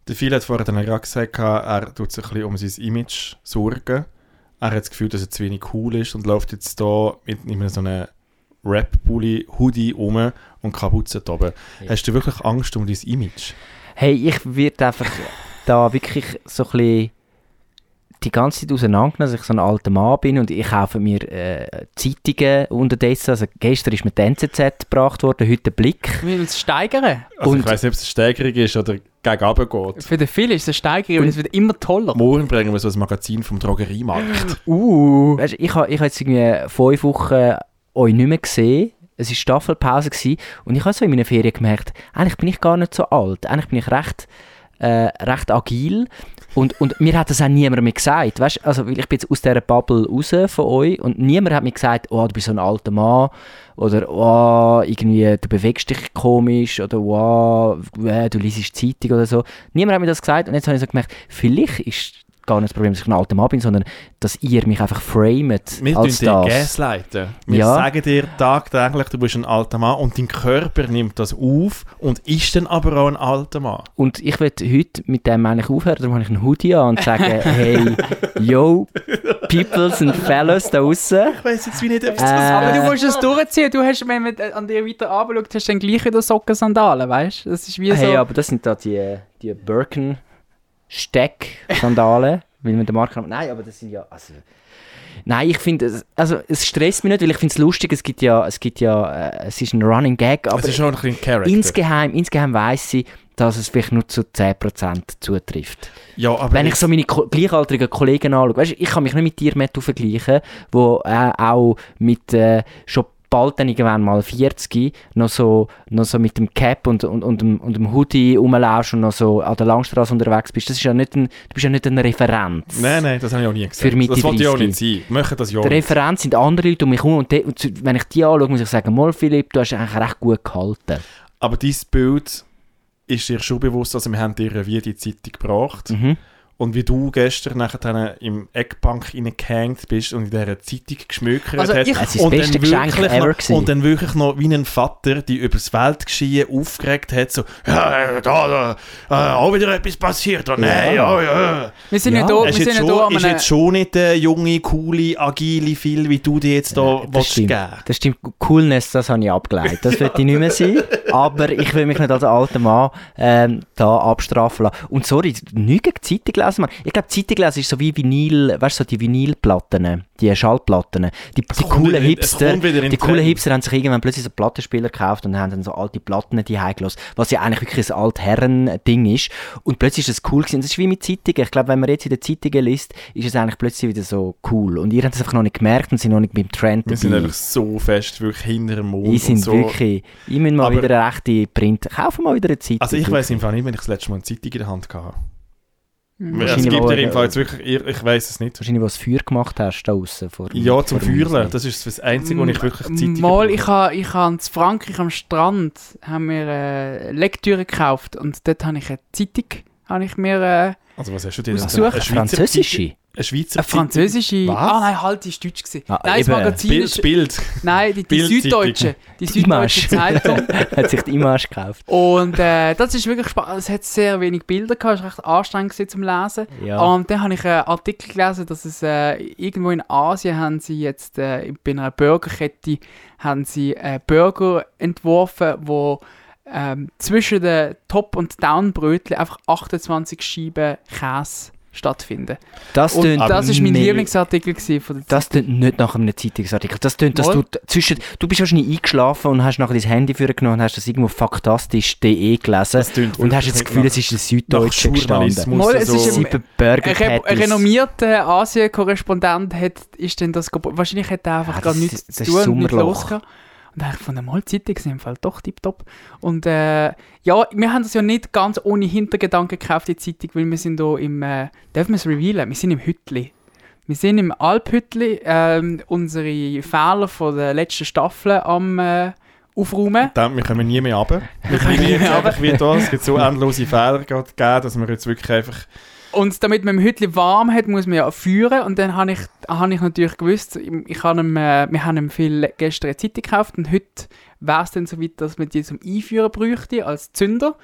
Der Phil hat vorher dann gerade gesagt, er tut sich ein bisschen um sein Image sorgen. Er hat das Gefühl, dass er zu wenig cool ist und läuft jetzt da mit so einem Rap-Bully-Hoodie rum und Kapuze oben. Ja. Hast du wirklich Angst um dein Image? Hey, ich werde einfach da wirklich so ein bisschen die ganze Zeit auseinandergenommen, dass ich so ein alter Mann bin und ich kaufe mir Zeitungen unterdessen. Also gestern ist mir die NZZ gebracht worden, heute der Blick. Will es steigern? Also ich weiss nicht, ob es eine Steigerung ist oder gegen runter geht. Für den Phil ist es eine Steigerung, weil es wird immer toller. Morgen bringen wir so ein Magazin vom Drogeriemarkt. Weißt, ich habe jetzt irgendwie 5 Wochen euch nicht mehr gesehen. Es war Staffelpause gewesen, und ich habe so in meiner Ferien gemerkt, eigentlich bin ich gar nicht so alt. Eigentlich bin ich recht agil. Und mir hat das auch niemand mehr gesagt. Weißt, also, weil ich bin jetzt aus dieser Bubble raus von euch und niemand hat mir gesagt, oh, du bist so ein alter Mann oder oh, irgendwie, du bewegst dich komisch oder oh, du liest Zeitung oder so. Niemand hat mir das gesagt und jetzt habe ich so gemerkt, vielleicht ist gar nicht das Problem, dass ich ein alter Mann bin, sondern dass ihr mich einfach framet wir als das. Wir gaslighten. Wir sagen dir tagtäglich, du bist ein alter Mann und dein Körper nimmt das auf und ist dann aber auch ein alter Mann. Und ich will heute mit dem eigentlich aufhören, darum habe ich einen Hoodie an und sage, hey, yo, peoples and fellas da draussen. Ich weiss jetzt wie nicht, ob es das aber du musst es durchziehen. Du hast, wenn man an dir weiter anschaut, hast du dann gleich wieder Socken-Sandalen, weißt du? Das ist wie so... Hey, aber das sind da die Birken... Steck-Sandalen, weil man den Marker... Nein, aber das sind ja... Also, nein, ich finde... Also, es stresst mich nicht, weil ich finde es lustig. Es ist ein Running Gag, aber... Es ist schon ein bisschen Character. Insgeheim weiss ich, dass es vielleicht nur zu 10% zutrifft. Ja, aber... Wenn ich so meine gleichaltrigen Kollegen anschaue, weißt, ich kann mich nicht mit dir Metto vergleichen, wo auch mit schon bald dann irgendwann mal 40 noch so mit dem Cap und dem Hoodie rumlaufst und noch so an der Langstrasse unterwegs bist. Das ist ja nicht du bist ja nicht ein Referent. Nein, das habe ich auch nie gesagt. Für Mitte das wollte ich auch 30. nicht sein. Machen das ja Der Referent sind andere Leute um mich herum und wenn ich die anschaue, muss ich sagen, mal Philipp, du hast eigentlich recht gut gehalten. Aber dein Bild ist dir schon bewusst, also wir haben dir wie die Zeitung gebracht. Mhm. Und wie du gestern nachher im Eckbank reingehängt bist und in dieser Zeitung geschmökert also hast. Es ist das beste Geschenk ever gewesen. Und dann wirklich noch wie ein Vater, die über das Weltgeschehen aufgeregt hat, so, ja, da, auch wieder etwas passiert, oder? Nein, ja. Wir sind ja da, ist jetzt schon nicht der junge, coole, agile Phil, wie du dir jetzt da geben. Das stimmt, Coolness, das habe ich abgeleitet. Das wird ich nicht mehr sein, aber ich will mich nicht als alter Mann da abstrafen lassen. Und sorry, nicht gegen die Zeitung lesen, man. Ich glaube, Zeitung lesen ist so wie Vinyl, weißt du, so die Vinylplatten, die Schallplatten. Die coolen Hipster haben sich irgendwann plötzlich so Plattenspieler gekauft und haben dann so alte Platten die heimgelassen, was ja eigentlich wirklich ein Altherren-Ding ist. Und plötzlich ist das cool gewesen. Das ist wie mit Zeitungen. Ich glaube, wenn man jetzt in den Zeitungen liest, ist es eigentlich plötzlich wieder so cool. Und ihr habt es einfach noch nicht gemerkt und sind noch nicht beim Trend dabei. Wir sind einfach so fest wirklich hinter dem Mond. Ich muss mal wieder eine rechte Print. Kaufen mal wieder eine Zeitung. Also ich weiss im Fall nicht, wenn ich das letzte Mal eine Zeitung in der Hand hatte. Es gibt dir im Fall jetzt wirklich, ich weiss es nicht. Wahrscheinlich, was Feuer gemacht hast, da draussen. Ja, zum Feuerle. Das ist das Einzige, wo ich wirklich Zeitung mal, ich habe in Frankreich am Strand haben wir Lektüre gekauft und dort habe ich eine Zeitung also was hast du dir ausgesucht? Eine französische? Eine französische? Was? Ah nein, halt, die ist deutsch gewesen. Ah, nein, das Magazin ist... Bild. Nein, die Süddeutsche. Die Süddeutsche Zeitung. Hat sich die Image gekauft. Und das ist wirklich spannend. Es hat sehr wenig Bilder gehabt, es war recht anstrengend zum Lesen. Ja. Und dann habe ich einen Artikel gelesen, dass es irgendwo in Asien haben sie jetzt bei einer Burgerkette haben sie Burger entworfen, wo zwischen den Top- und Down-Brötchen einfach 28 Scheiben Käse stattfinden. Das war mein Lieblingsartikel von der Das klingt nicht nach einem Zeitungsartikel. Das klingt, dass du bist wahrscheinlich eingeschlafen und hast nachher dein Handy vorgenommen und hast das irgendwo faktastisch.de gelesen und hast jetzt das Gefühl, es ist ein Süddeutsche gestanden. Es ist ein renommierter Asien-Korrespondent ist denn das wahrscheinlich hat er einfach gar nichts zu tun und nicht losgegangen. Und da habe ich von der Mal-Zeitung gesehen, im Fall doch tipptopp. Und wir haben das ja nicht ganz ohne Hintergedanken gekauft, die Zeitung, weil wir sind hier darf man es revealen? Wir sind im Hüttli. Wir sind im Alphüttli, unsere Fehler von der letzten Staffel am aufräumen. Wir kommen nie mehr runter. Wir kommen nie mehr runter. Es gibt so endlose Fehler gegeben, dass wir jetzt wirklich einfach... Und damit man im Hütli warm hat, muss man ja führen. Und dann habe ich natürlich gewusst, wir haben ihm gestern eine Zeitung gekauft und heute wäre es dann so weit, dass man die zum Einführen bräuchte als Zünder.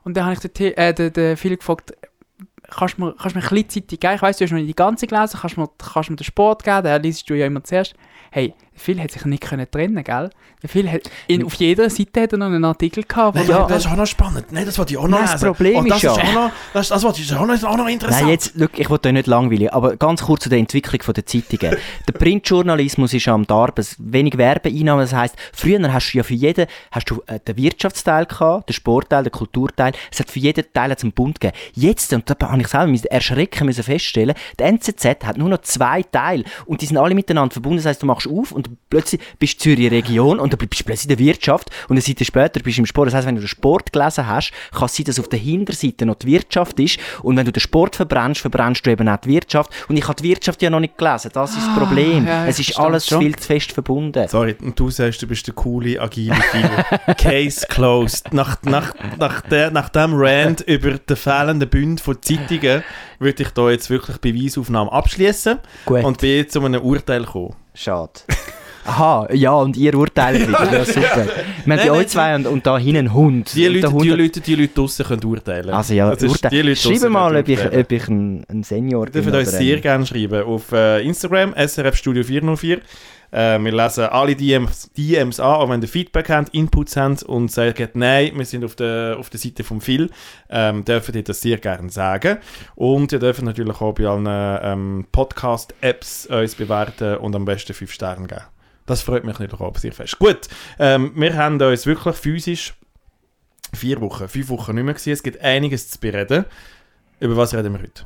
Und dann habe ich den Phil gefragt, kannst du mir ein bisschen Zeitung geben? Ich weiss, du hast noch nicht die ganze gelesen, kannst du mir den Sport geben? Den liest du ja immer zuerst. Hey, Phil hat sich nicht trennen, gell? Phil hat auf jeder Seite hat er noch einen Artikel gehabt. Nein, ja, das ist auch noch spannend. Nein, das wollte ich auch noch lesen. Das Problem ist ja... Das ist auch noch interessant. Nein, jetzt, look, ich wollte euch nicht langweilig, aber ganz kurz zu der Entwicklung der Zeitungen. Der Printjournalismus ist am Darben, wenig Werbeeinnahmen. Das heisst, früher hast du ja für jeden den Wirtschaftsteil gehabt, den Sportteil, den Kulturteil. Es hat für jeden Teil einen Bund gegeben. Jetzt, und da habe ich selber erschrecken müssen feststellen, die NZZ hat nur noch 2 Teile und die sind alle miteinander verbunden. Das heisst, du machst auf und plötzlich bist du Zürich Region und dann bist du plötzlich in der Wirtschaft und eine Seite später bist du im Sport. Das heisst, wenn du den Sport gelesen hast, kann es sein, dass auf der Hinterseite noch die Wirtschaft ist und wenn du den Sport verbrennst du eben auch die Wirtschaft und ich habe die Wirtschaft ja noch nicht gelesen. Das ist das Problem. Ja, es ist alles viel zu fest verbunden. Sorry, und du sagst, du bist der coole, agile Phil. Case closed. Nach dem Rant über den fehlenden Bund von Zeitungen würde ich da jetzt wirklich Beweisaufnahmen abschließen und bin jetzt zu einem Urteil kommen. Schade. Aha, ja, und ihr urteilt wieder. Ja, super. Wir haben die euch zwei und da hinten einen Hund. Die Leute draussen können urteilen. Also ja, schreiben mal, ob ich ein Senior bin. Ihr dürft uns sehr gerne schreiben. Auf Instagram, SRF Studio 404. Wir lesen alle DMs an, auch wenn ihr Feedback habt, Inputs habt und sagt, nein, wir sind auf der Seite von Phil, dürft ihr das sehr gerne sagen. Und ihr dürft natürlich auch bei allen Podcast-Apps uns bewerten und am besten 5 Sterne geben. Das freut mich natürlich auch sehr fest. Gut, wir haben uns wirklich physisch 5 Wochen nicht mehr gesehen. Es gibt einiges zu bereden. Über was reden wir heute?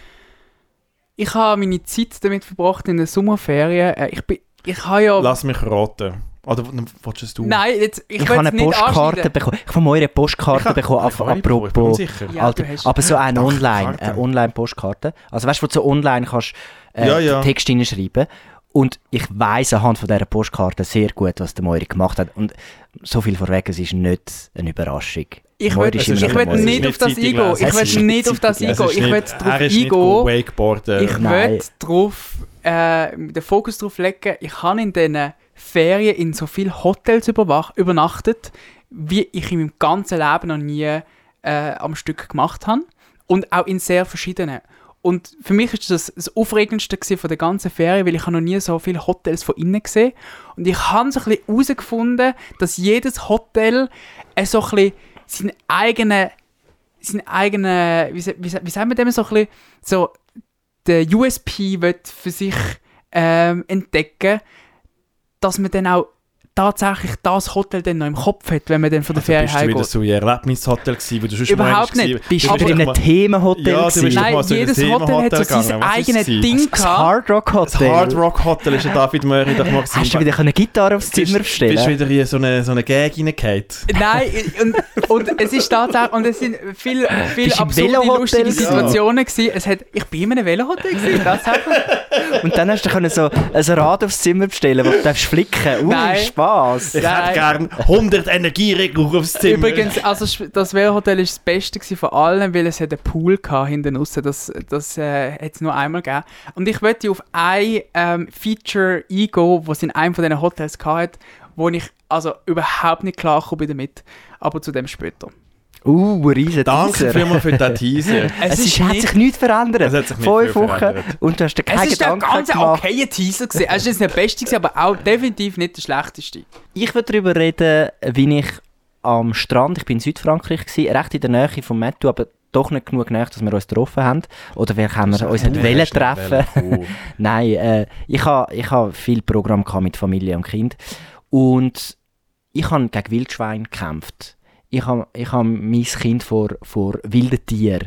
Ich habe meine Zeit damit verbracht in den Sommerferien. Ich habe ja... Lass mich raten. Oder willst du? Nein, ich habe eine Postkarte bekommen. Ich habe eure Postkarte bekommen. Apropos. Ja, Alter, aber so eine Online-Postkarte. Also weißt du, wo du so online kannst den Text hineinschreiben. Und ich weiss anhand von dieser Postkarte sehr gut, was der Moiri gemacht hat. Und so viel vorweg, es ist nicht eine Überraschung. Ich will nicht auf das eingehen. Ich will darauf den Fokus darauf legen, ich habe in diesen Ferien in so vielen Hotels übernachtet, wie ich in meinem ganzen Leben noch nie am Stück gemacht habe. Und auch in sehr verschiedenen. Und für mich war das Aufregendste von der ganzen Ferien, weil ich noch nie so viele Hotels von innen gesehen habe. Und ich habe so ein bisschen herausgefunden, dass jedes Hotel so ein bisschen seinen eigenen, wie sagen wir dem, so ein bisschen, so der USP will für sich entdecken, dass man dann auch tatsächlich das Hotel dann noch im Kopf hat, wenn man dann von der Ferien heimgeht. Bist du wieder so ein Erlebnishotel gewesen, wo du schon überhaupt nicht. Bist du in einem Themenhotel gewesen? Nein, jedes Hotel hat so sein eigenes Ding gehabt. Das Hard Rock Hotel. Das Hard Rock Hotel ist der David Möri doch mal gewesen. Hast du wieder eine Gitarre aufs Zimmer bestellen? Bist du wieder in so eine Gag reingefallen? Nein, und es ist tatsächlich, und es sind viele absurde, lustige Situationen gewesen. Ich bin in einem Velohotel gewesen, tatsächlich. Und dann hast du so ein Rad aufs Zimmer bestellen, wo du darfst flicken. Nein. Spaß. Ich hätte gerne 100 Energieregler aufs Zimmer. Übrigens, also das Velohotel war das Beste von allen, weil es einen Pool hatte hinten raus. Das hat es nur einmal gegeben. Und ich möchte auf ein Feature eingehen, das es in einem von diesen Hotels hatte, wo ich also überhaupt nicht klarkomme damit. Aber zu dem später. Riesen Danke vielmals für den Teaser. Hat sich nichts verändert. Es hat sich nicht 5 Wochen und du hast dir keine Gedanken gemacht. Es war ein ganz okayer Teaser. Es war nicht der beste, aber auch definitiv nicht der schlechteste. Ich will darüber reden, wie ich am Strand, ich war in Südfrankreich, recht in der Nähe von Mettu, aber doch nicht genug näher, dass wir uns getroffen haben. Oder vielleicht haben wir uns nicht wollen treffen. Nein, ich habe viel Programm mit Familie und Kind. Und ich habe gegen Wildschweine gekämpft. Ich habe mein Kind vor wilden Tieren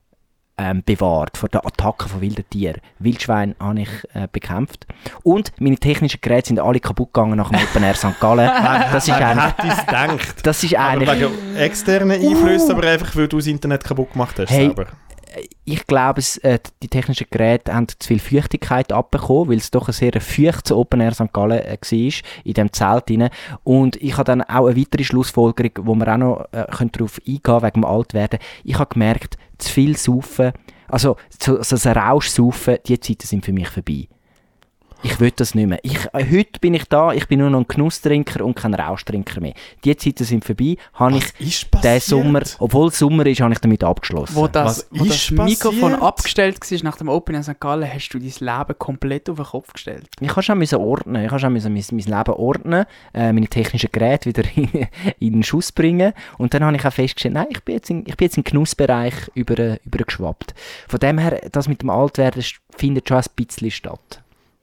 bewahrt, vor der Attacke von wilden Tieren. Wildschweine habe ich bekämpft. Und meine technischen Geräte sind alle kaputt gegangen nach dem Open Air St. Gallen. Das ist eigentlich... Das ist eigentlich... Aber wegen externen Einflüssen, aber einfach, weil du das Internet kaputt gemacht hast selber. Ich glaube, die technischen Geräte haben zu viel Feuchtigkeit abbekommen, weil es doch ein sehr feuchtes Open Air St. Gallen war, in diesem Zelt rein. Und ich habe dann auch eine weitere Schlussfolgerung, wo wir auch noch darauf eingehen können, wegen dem Altwerden. Ich habe gemerkt, zu viel Saufen, also so ein Rauschsaufen, die Zeiten sind für mich vorbei. Ich will das nicht mehr. Heute bin ich da, ich bin nur noch ein Genusstrinker und kein Rauschtrinker mehr. Die Zeiten sind vorbei, habe ich diesen Sommer, obwohl es Sommer ist, habe ich damit abgeschlossen. Wo das Mikrofon abgestellt war nach dem Open in St. Gallen, hast du dein Leben komplett auf den Kopf gestellt? Ich musste schon ordnen. Ich musste schon mein Leben ordnen, meine technischen Geräte wieder in den Schuss bringen. Und dann habe ich auch festgestellt, nein, ich bin jetzt in den Genussbereich übergeschwappt. Von dem her, das mit dem Altwerden findet schon ein bisschen statt.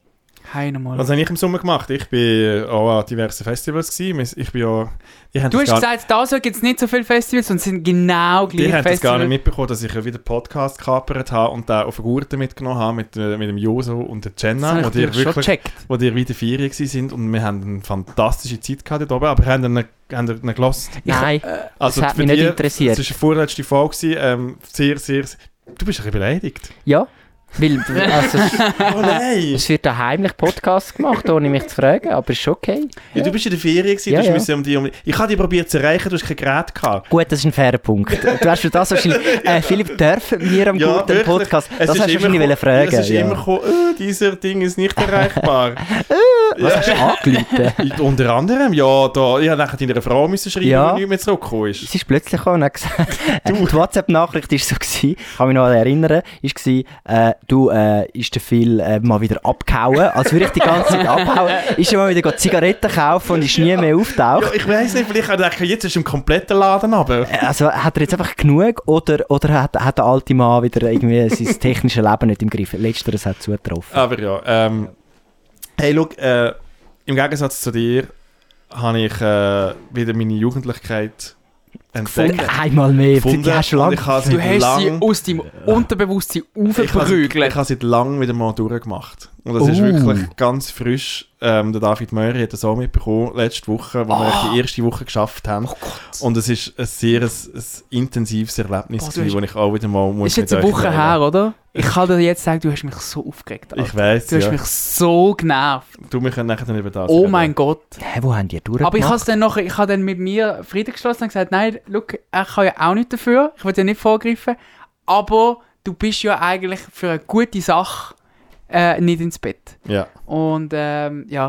Was habe ich im Sommer gemacht? Ich war auch an diversen Festivals gewesen. Du hast gesagt, da gibt es nicht so viele Festivals und es sind genau gleich Festivals. Ich habe gar nicht mitbekommen, dass ich wieder Podcast gekapert habe und den auf den Gurten mitgenommen habe mit dem Joso und der Jenna, wo die wieder Ferien waren und wir haben eine fantastische Zeit gehabt dort oben, aber haben ihr gehört? Nein, also das hat mich nicht interessiert. Das war die vorletzte Folge, sehr, sehr... Du bist ein bisschen beleidigt. Ja. Weil, oh nein! Es wird ein heimlich Podcast gemacht, ohne mich zu fragen, aber ist okay. Ja, du bist in der Ferien gewesen, ich habe dich probiert zu erreichen, du hast kein Gerät gehabt. Gut, das ist ein fairer Punkt. Du hast für das wahrscheinlich... Philipp, dürfen wir am guten Podcast... Das hast du wahrscheinlich fragen. Es ist immer gekommen, dieser Ding ist nicht erreichbar. Was hast du angerufen? Unter anderem, ja, ich musste nachher deiner Frau schreiben, die nicht mehr zurückgekommen ist. Sie ist plötzlich gekommen und hat gesagt... Die WhatsApp-Nachricht war so, ich kann mich noch erinnern, war... ist der Phil mal wieder abgehauen, als würde ich die ganze Zeit abhauen. Ist er mal wieder Zigaretten kaufen und ist nie mehr auftaucht. Ja, ich weiss nicht, vielleicht hat er gedacht, jetzt ist er im kompletten Laden runter. Also hat er jetzt einfach genug oder hat der alte Mann wieder irgendwie sein technisches Leben nicht im Griff? Letzteres hat zugetroffen. Aber ja, hey, schau, im Gegensatz zu dir habe ich wieder meine Jugendlichkeit entdeckt. Einmal mehr, die hast du lange. Du hast sie aus deinem Unterbewusstsein aufgeprügelt. Ich habe seit langem wieder mal durchgemacht. Und das ist wirklich ganz frisch. Der David Möri hat das auch mitbekommen, letzte Woche, wo wir die erste Woche geschafft haben. Und es ist ein sehr intensives Erlebnis, das ich auch wieder mal muss. Ist jetzt eine Woche her, oder? Ich kann dir jetzt sagen, du hast mich so aufgeregt. Alter. Ich weiss, du hast mich so genervt. Wir können nachher dann über das reden. Mein Gott. Hä, wo haben die durchgemacht? Aber ich habe dann mit mir Frieden geschlossen und gesagt, nein, look, ich kann ja auch nicht dafür, ich will ja nicht vorgreifen, aber du bist ja eigentlich für eine gute Sache nicht ins Bett. Ja. Und ja,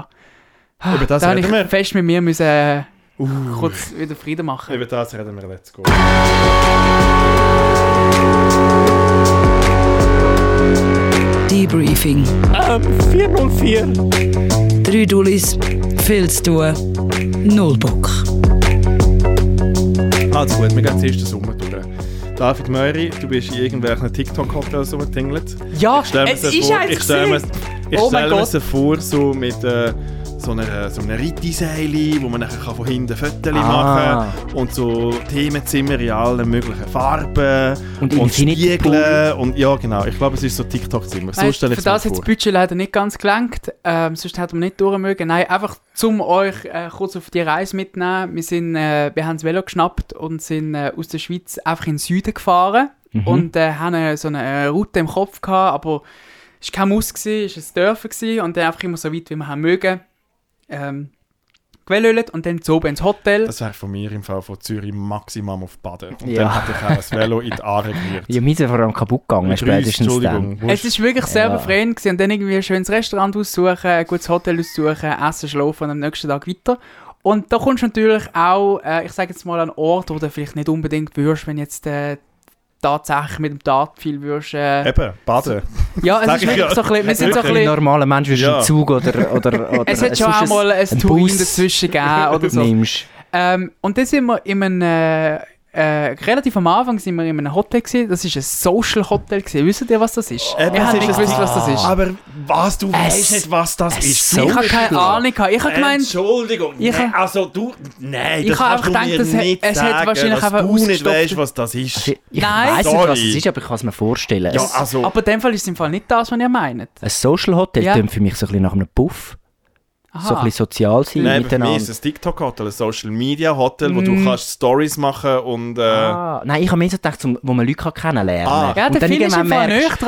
über das da habe ich fest mit mir müssen kurz wieder Frieden machen. Über das reden wir, let's go. Debriefing. 404. 3 Dullis, viel zu tun, 0 Bock. Also gut, wir gehen zuerst den Sommer durch. David Möri, du bist in irgendwelchen TikTok-Hotels rumgetingelt. Ja, es ist eins. Ich stelle mir so vor, so mit so einem Reitseil, wo man nachher von hinten Fotos machen kann. Und so Themenzimmer in allen möglichen Farben. Und Spiegel. Und ja, genau. Ich glaube, es ist so TikTok-Zimmer. So für das hat das Budget leider nicht ganz gelangt. Sonst hätten wir nicht durch mögen. Nein, einfach um euch kurz auf die Reise mitzunehmen. Wir haben das Velo geschnappt und sind aus der Schweiz einfach in den Süden gefahren. Und haben so eine Route im Kopf gehabt, aber es war kein Muss, es war ein Dörfer und dann einfach immer so weit, wie wir haben mögen. Gewellölet und dann zu oben ins Hotel. Das wäre von mir im Fall von Zürich maximum auf Baden. Und dann hatte ich auch das Velo in die Aare geliert. Ja, mir ist vor allem kaputt gegangen, spätestens dann. Es war wirklich sehr befreiend gewesen. Und dann irgendwie ein schönes Restaurant aussuchen, ein gutes Hotel aussuchen, essen, schlafen und am nächsten Tag weiter. Und da kommst du natürlich auch, ich sage jetzt mal, an einen Ort, wo du vielleicht nicht unbedingt würdest, wenn jetzt tatsächlich mit dem Tat viel würdest... Eben, Baden. Ja, es ist wirklich so ein bisschen... Wir sind so ein bisschen normaler Mensch würdest einen Zug oder es hat schon auch mal ein Tourin dazwischen gegeben oder so. Und dann sind wir in einem... relativ am Anfang sind wir in einem Hotel gewesen. Das war ein Social Hotel gewesen. Wisst ihr, was das ist? Wir haben nicht gewusst, was das ist. Aber was, du weißt nicht, was das ist? Ich habe keine Ahnung. Ich habe gemeint... Entschuldigung. Nein, das kannst du mir nicht sagen, hat wahrscheinlich dass du nicht weißt, was das ist. Ich weiss nicht, was das ist, aber ich kann es mir vorstellen. Ja, also. Aber in dem Fall ist es im Fall nicht das, was ihr meint. Ein Social Hotel klingt für mich so ein bisschen nach einem Puff. Aha. So ein bisschen sozial sein miteinander. Nein, für mich ist es ein TikTok-Hotel, ein Social-Media-Hotel, wo du kannst Stories machen und... Nein, ich habe mir so gedacht, wo man Leute kennenlernen kann. Ja, der Phil ist im Fall nicht dran.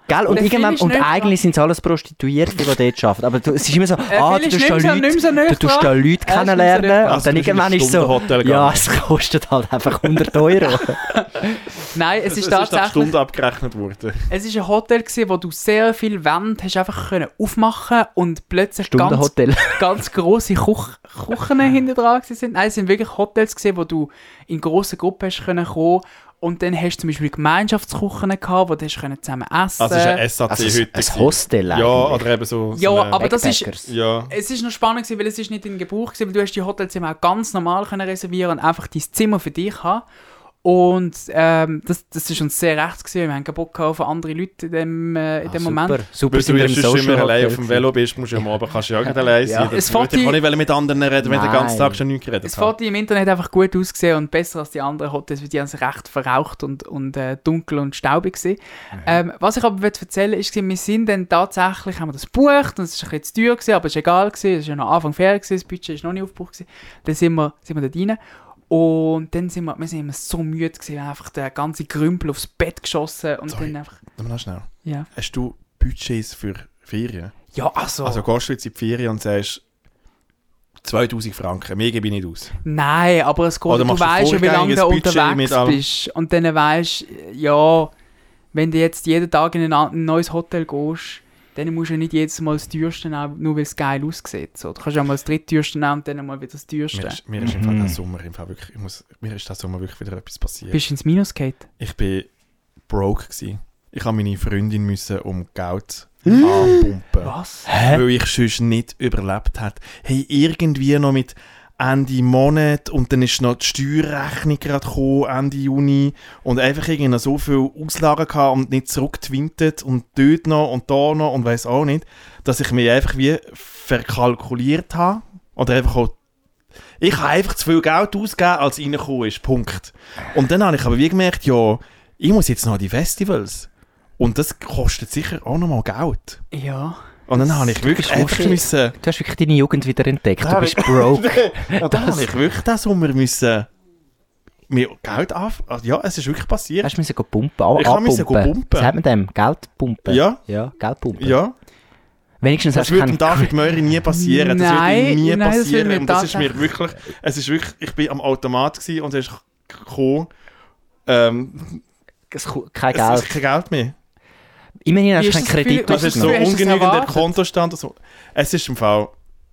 Gell? Und eigentlich sind es alles Prostituierte, die dort arbeiten. Aber es ist immer so, du tust da Leute kennenlernen. Und dann irgendwann ist es so, ja, es kostet halt einfach 100 €. Nein, es ist tatsächlich... nach Stunde abgerechnet worden. Es war ein Hotel, wo du sehr viele Wände hast einfach aufmachen und plötzlich ganz grosse Küchen hinten dran waren. Nein, es sind wirklich Hotels, wo du in grossen Gruppen hast kommen. Und dann hast du zum Beispiel Gemeinschaftsküchen gehabt, wo du zusammen essen. Also es ist ein SAC-Hütte. Ein Hostel eigentlich. Ja, oder eben so... Ja, aber das ist... Ja. Es ist noch spannend, weil es ist nicht in Gebrauch war, weil du hast die Hotelzimmer auch ganz normal reservieren und einfach dein Zimmer für dich haben. Und das ist uns sehr recht gewesen. Wir haben keinen Bock auf andere Leute in dem Moment. Super, weil du ja immer allein auf dem Velo bist, musst du am Abend kannst du ja nicht allein sein. Ich kann nicht mit anderen reden, wenn du den ganzen Tag schon nichts geredet hast. Es Foto im Internet einfach gut ausgesehen und besser als die anderen Hotels, weil die haben recht verraucht und dunkel und staubig gewesen. Was ich aber erzählen will, ist, wir sind dann tatsächlich, haben wir das gebucht und es war ein bisschen zu teuer gewesen, aber es war egal gewesen, es war ja noch Anfang Ferien gewesen, das Budget war noch nicht aufgebraucht gewesen. Dann sind wir dort rein. Und dann sind wir immer so müde gewesen, einfach den ganzen Krümpel aufs Bett geschossen und dann einfach... Mal schnell. Ja. Hast du Budgets für Ferien? Ja, also gehst du jetzt in die Ferien und sagst 2000 Franken, mehr gebe ich nicht aus? Nein, aber es geht, du weißt ja, wie lange du unterwegs bist. Und dann weisst ja, wenn du jetzt jeden Tag in ein neues Hotel gehst, dann musst du nicht jedes Mal das Teuerste nehmen, nur weil es geil aussieht. So, du kannst ja mal das Drittteuerste nehmen und dann mal wieder das Teuerste. Mir ist im Fall diesen Sommer wirklich, mir ist diesen Sommer wirklich wieder etwas passiert. Bist du ins Minus gegangen? Ich bin broke gewesen. Ich musste meine Freundin um Geld anpumpen. Was? Weil ich sonst nicht überlebt hätte. Hey, irgendwie noch mit Ende Monat und dann ist noch die Steuerrechnung gerade gekommen, Ende Juni und einfach irgendwie so viele Auslagen gehabt und nicht zurückgewintet und dort noch und da noch und weiss auch nicht, dass ich mich einfach wie verkalkuliert habe oder einfach auch ich habe einfach zu viel Geld ausgegeben, als reingekommen ist, Punkt. Und dann habe ich aber wie gemerkt, ja, ich muss jetzt noch an die Festivals und das kostet sicher auch noch mal Geld. Ja. Und dann habe ich wirklich einfach müssen... Du hast wirklich deine Jugend wieder entdeckt, du bist broke. Und dann habe ich wirklich diesen Sommer müssen mir Geld ja, es ist wirklich passiert. Hast du müssen pumpen? Ich musste pumpen. Was hat man dem? Geld pumpen? Ja. Ja, Geld pumpen. Ja. Wenigstens das würde dem David Möri nie passieren. Das würde nie passieren. Das und das ist mir wirklich... Es ist wirklich... Ich bin am Automat gewesen und es ist gekommen... kein Geld. Es ist kein Geld mehr. Immerhin hast du keinen Kredit. Das ist so ungenügender Kontostand. So. Es ist im Fall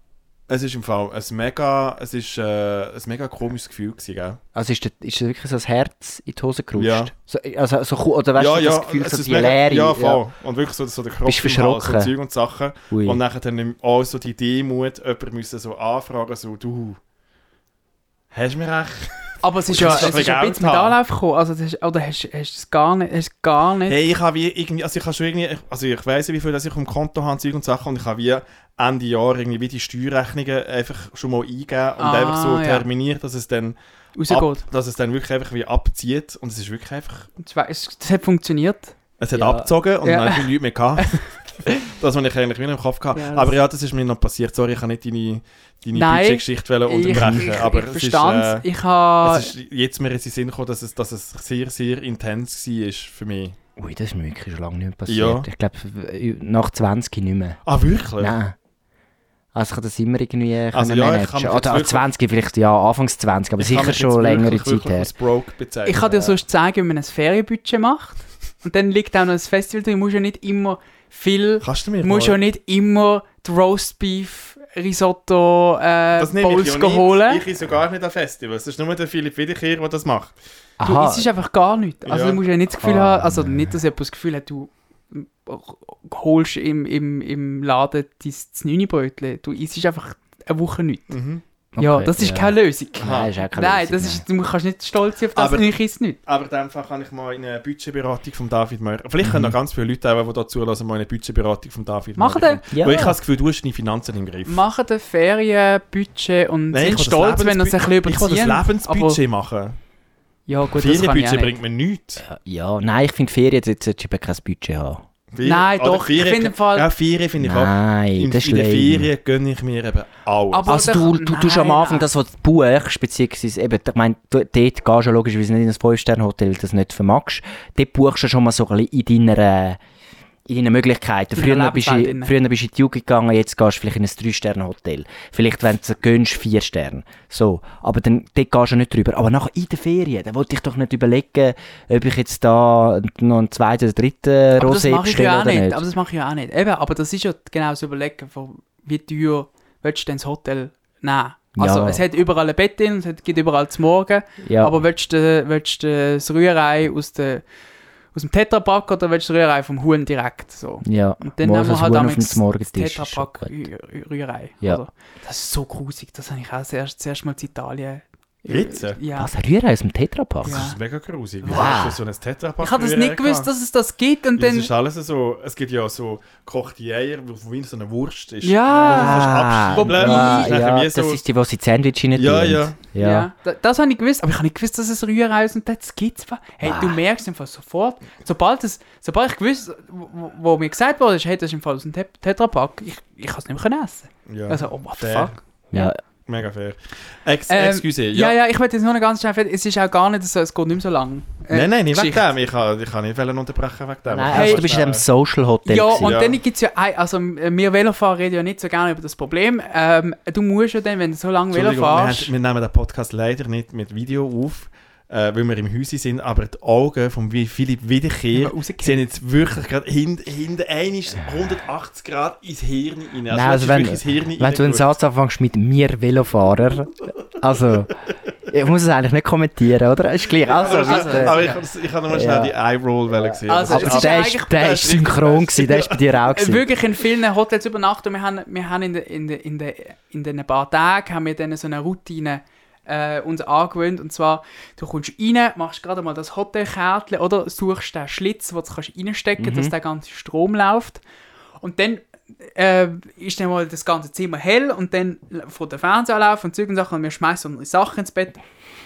ein mega komisches Gefühl gewesen, gell? Also ist das wirklich so das Herz in die Hose gerutscht? Ja. So, oder weißt du, das Gefühl, so die Leere? Ja, voll. Ja. Und wirklich so der Kopf verschrocken. So Zeug und Sachen. Ui. Und nachher dann auch so die Demut, jemanden müssen so anfragen, so, du, hast du mir recht? Aber es ist ja ein bisschen mit Anlauf gekommen, also oder hast du es gar nicht? Hey, ich habe wie irgendwie, ich weiss ja, wie viel dass ich auf dem Konto habe, Zeug und Sachen, und ich habe wie Ende Jahr irgendwie wie die Steuerrechnungen einfach schon mal eingegeben und einfach so terminiert, dass es dann rausgeht. Dass es dann wirklich einfach wie abzieht und es ist wirklich einfach... Das hat funktioniert. Es hat abgezogen und dann habe ich nichts mehr gehabt. Das, was ich eigentlich wieder im Kopf hatte. Ja, aber ja, das ist mir noch passiert. Sorry, ich kann nicht deine Budgetgeschichte unterbrechen. Aber es ist jetzt mir in den Sinn gekommen, dass es sehr, sehr intens war für mich. Ui, das ist mir wirklich schon lange nicht mehr passiert. Ja. Ich glaube, nach 20 nicht mehr. Ah, wirklich? Nein. Also ich kann das immer irgendwie managen. Oder 20 vielleicht, ja, anfangs 20, aber sicher schon längere Zeit her. Ich kann dir sonst zeigen, wie man ein Ferienbudget macht. Und dann liegt auch noch das Festival drin. Du musst ja nicht immer viel... Du musst ja nicht immer die Roastbeef Risotto Bowls holen. Ich isse gar nicht an Festivals. Das ist nur der Philipp Wiederkehr, der das macht. Du isst einfach gar nichts. Also du musst ja nicht das Gefühl haben, also nicht, dass jemand das Gefühl hat, du holst im Laden dein 9-Brötchen. Du isst einfach eine Woche nichts. Mhm. Okay, ja, das ist keine Lösung. Nein, ist auch keine Lösung. Du kannst nicht stolz sein auf das, ich esse nicht. Aber in dem Fall kann ich mal in eine Budgetberatung von David Möri. Vielleicht können noch ganz viele Leute, die da zulassen, mal eine Budgetberatung von David Möri. Weil ich habe das Gefühl, du hast deine Finanzen im Griff. Machen ein Ferienbudget und sind stolz, wenn er sich ein bisschen überziehen. Ich kann das Lebensbudget machen. Ja, gut, Ferienbudget bringt mir nichts. Ja, nein, ich finde Ferien, jetzt solltest du kein Budget haben. Nein, doch, ich finde im Fall... Ja, Ferien finde ich auch. In den Ferien gönne ich mir eben alles. Aber also du tust am Anfang das, was du buchst, beziehungsweise eben, ich meine, dort gehst du ja logischerweise nicht in ein 5-Sterne-Hotel, das nicht vermagst. Dort buchst du schon mal so ein bisschen in deinen Möglichkeiten. Früher bist du in die Jugend gegangen, jetzt gehst du vielleicht in ein 3-Sterne-Hotel. Vielleicht, wenn du gönnst, 4 Sterne. So. Aber dann dort gehst du nicht drüber. Aber nachher in den Ferien, dann wollte ich doch nicht überlegen, ob ich jetzt da noch einen 2. oder 3. Rosé bestelle oder nicht. Aber das mache ich ja auch nicht. Eben, aber das ist ja genau das Überlegen, wie teuer willst du denn das Hotel nehmen? Also es hat überall ein Bett drin, es gibt überall zum Morgen. Ja. Aber willst du das Rührei aus dem Tetrapack oder willst du das Rührei vom Huhn direkt? So. Ja, und dann nehmen wir halt das Tetrapack Rührei. Ja. Oder? Das ist so grusig, das habe ich auch zuerst mal in Italien. Ritze? Ja. Was, ein Rührei aus dem Tetrapack? Das ist mega grusig. Wow. Hast du so ein Tetrapack? Ich habe das nicht gewusst, dass es das gibt. Und dann, das ist alles so, es gibt ja so gekochte Eier, wo wie so eine Wurst ist. Ja, das ist die, die sie Sandwich rein tun. Ja. Das habe ich gewusst, aber ich habe nicht gewusst, dass es Rührei ist und das gibt es. Hey, du merkst einfach sofort, sobald ich gewusst, wo mir gesagt wurde, hey, das ist im Fall aus dem Tetrapack, ich kann es nicht mehr essen. Ja. Also, what the fuck? Ja. Mega fair. Excuse. Ja, ich möchte jetzt nur noch ganz schnell, es ist auch gar nicht so, es geht nicht mehr so lang. Nein, nicht wegen dem. Ich kann nicht unterbrechen wegen dem. Nein, du bist in einem Social Hotel. Ja, und dann gibt es ja, also wir Velofahrer reden ja nicht so gerne über das Problem. Du musst ja dann, wenn du so lange Velo fährst... Wir nehmen den Podcast leider nicht mit Video auf, weil wir im Häuschen sind, aber die Augen von Philipp Wiederkehr sind jetzt wirklich gerade hinten 180 Grad ins Hirn rein. Also wenn du einen Satz anfängst mit «mir Velofahrer», also ich muss es eigentlich nicht kommentieren, oder? Ist gleich. Aber ich habe nochmal schnell die Eye-Roll gesehen. Also, aber der ist synchron gewesen, der ist bei dir auch gewesen. Wirklich in vielen Hotels übernachtet. Wir haben in den paar Tagen haben wir dann so eine Routine uns angewöhnt. Und zwar, du kommst rein, machst gerade mal das Hotelkärtchen oder suchst den Schlitz, wo du reinstecken kannst, dass der ganze Strom läuft. Und dann ist dann mal das ganze Zimmer hell und dann von der Fernseher laufen und Zeug und Sachen und wir schmeißen unsere Sachen ins Bett.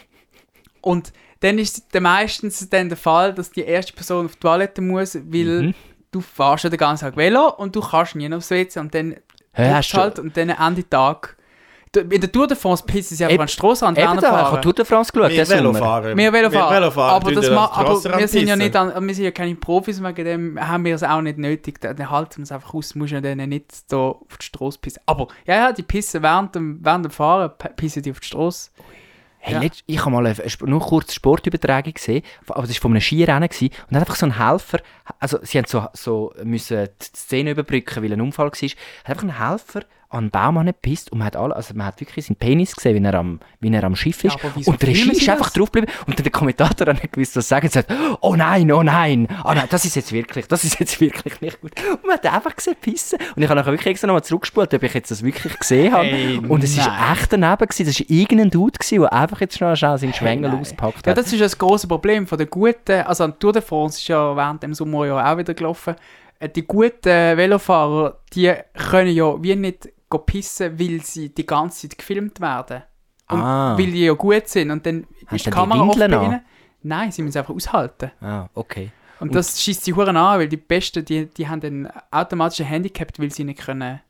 Und dann ist dann meistens dann der Fall, dass die erste Person auf die Toilette muss, weil du fährst ja den ganzen Tag Velo und du kannst nie aufs WC und dann halt und dann Ende Tag. In der Tour de France pissen sie einfach an die Strasse an. Ich habe Tour de France geschaut. Wir Velofahren. Aber wir sind ja nicht wir sind ja keine Profis, wegen dem haben wir es auch nicht nötig. Dann halten wir es einfach aus, musst ja dann nicht so auf die Strasse pissen. Aber ja, die pissen während dem Fahren, pissen die auf die Strasse. Hey, ich habe mal nur kurz Sportübertragung gesehen, aber das war von einem Skirennen und dann einfach so ein Helfer, also sie haben so müssen die Szene überbrücken, weil ein Unfall war, hat einfach ein Helfer an einen Baum angepisst und man hat wirklich seinen Penis gesehen, wie er am Schiff ist. Ja, und der Regie ist einfach draufgeblieben und der Kommentator hat nicht gewusst, was sagen. Er sagt, oh nein, das ist jetzt wirklich nicht gut. Und man hat einfach gesehen, pissen. Und ich habe nachher wirklich extra nochmal zurückgespult, ob ich jetzt das wirklich gesehen habe. Hey, und es war echt daneben gewesen. Das war irgendein Dude gewesen, der einfach jetzt schnell seinen Schwengel ausgepackt hat. Ja, das ist das grosse Problem von der guten, also die Tour de France ist ja während dem Sommer ja auch wieder gelaufen. Die guten Velofahrer, die können ja wie nicht pissen, weil sie die ganze Zeit gefilmt werden. Und weil die ja gut sind. Und dann ist die Kamera oft bei ihnen. Nein, sie müssen es einfach aushalten. Okay. Und das schießt sie Huren an, weil die Besten, die haben dann automatisch ein Handicap, weil sie nicht können.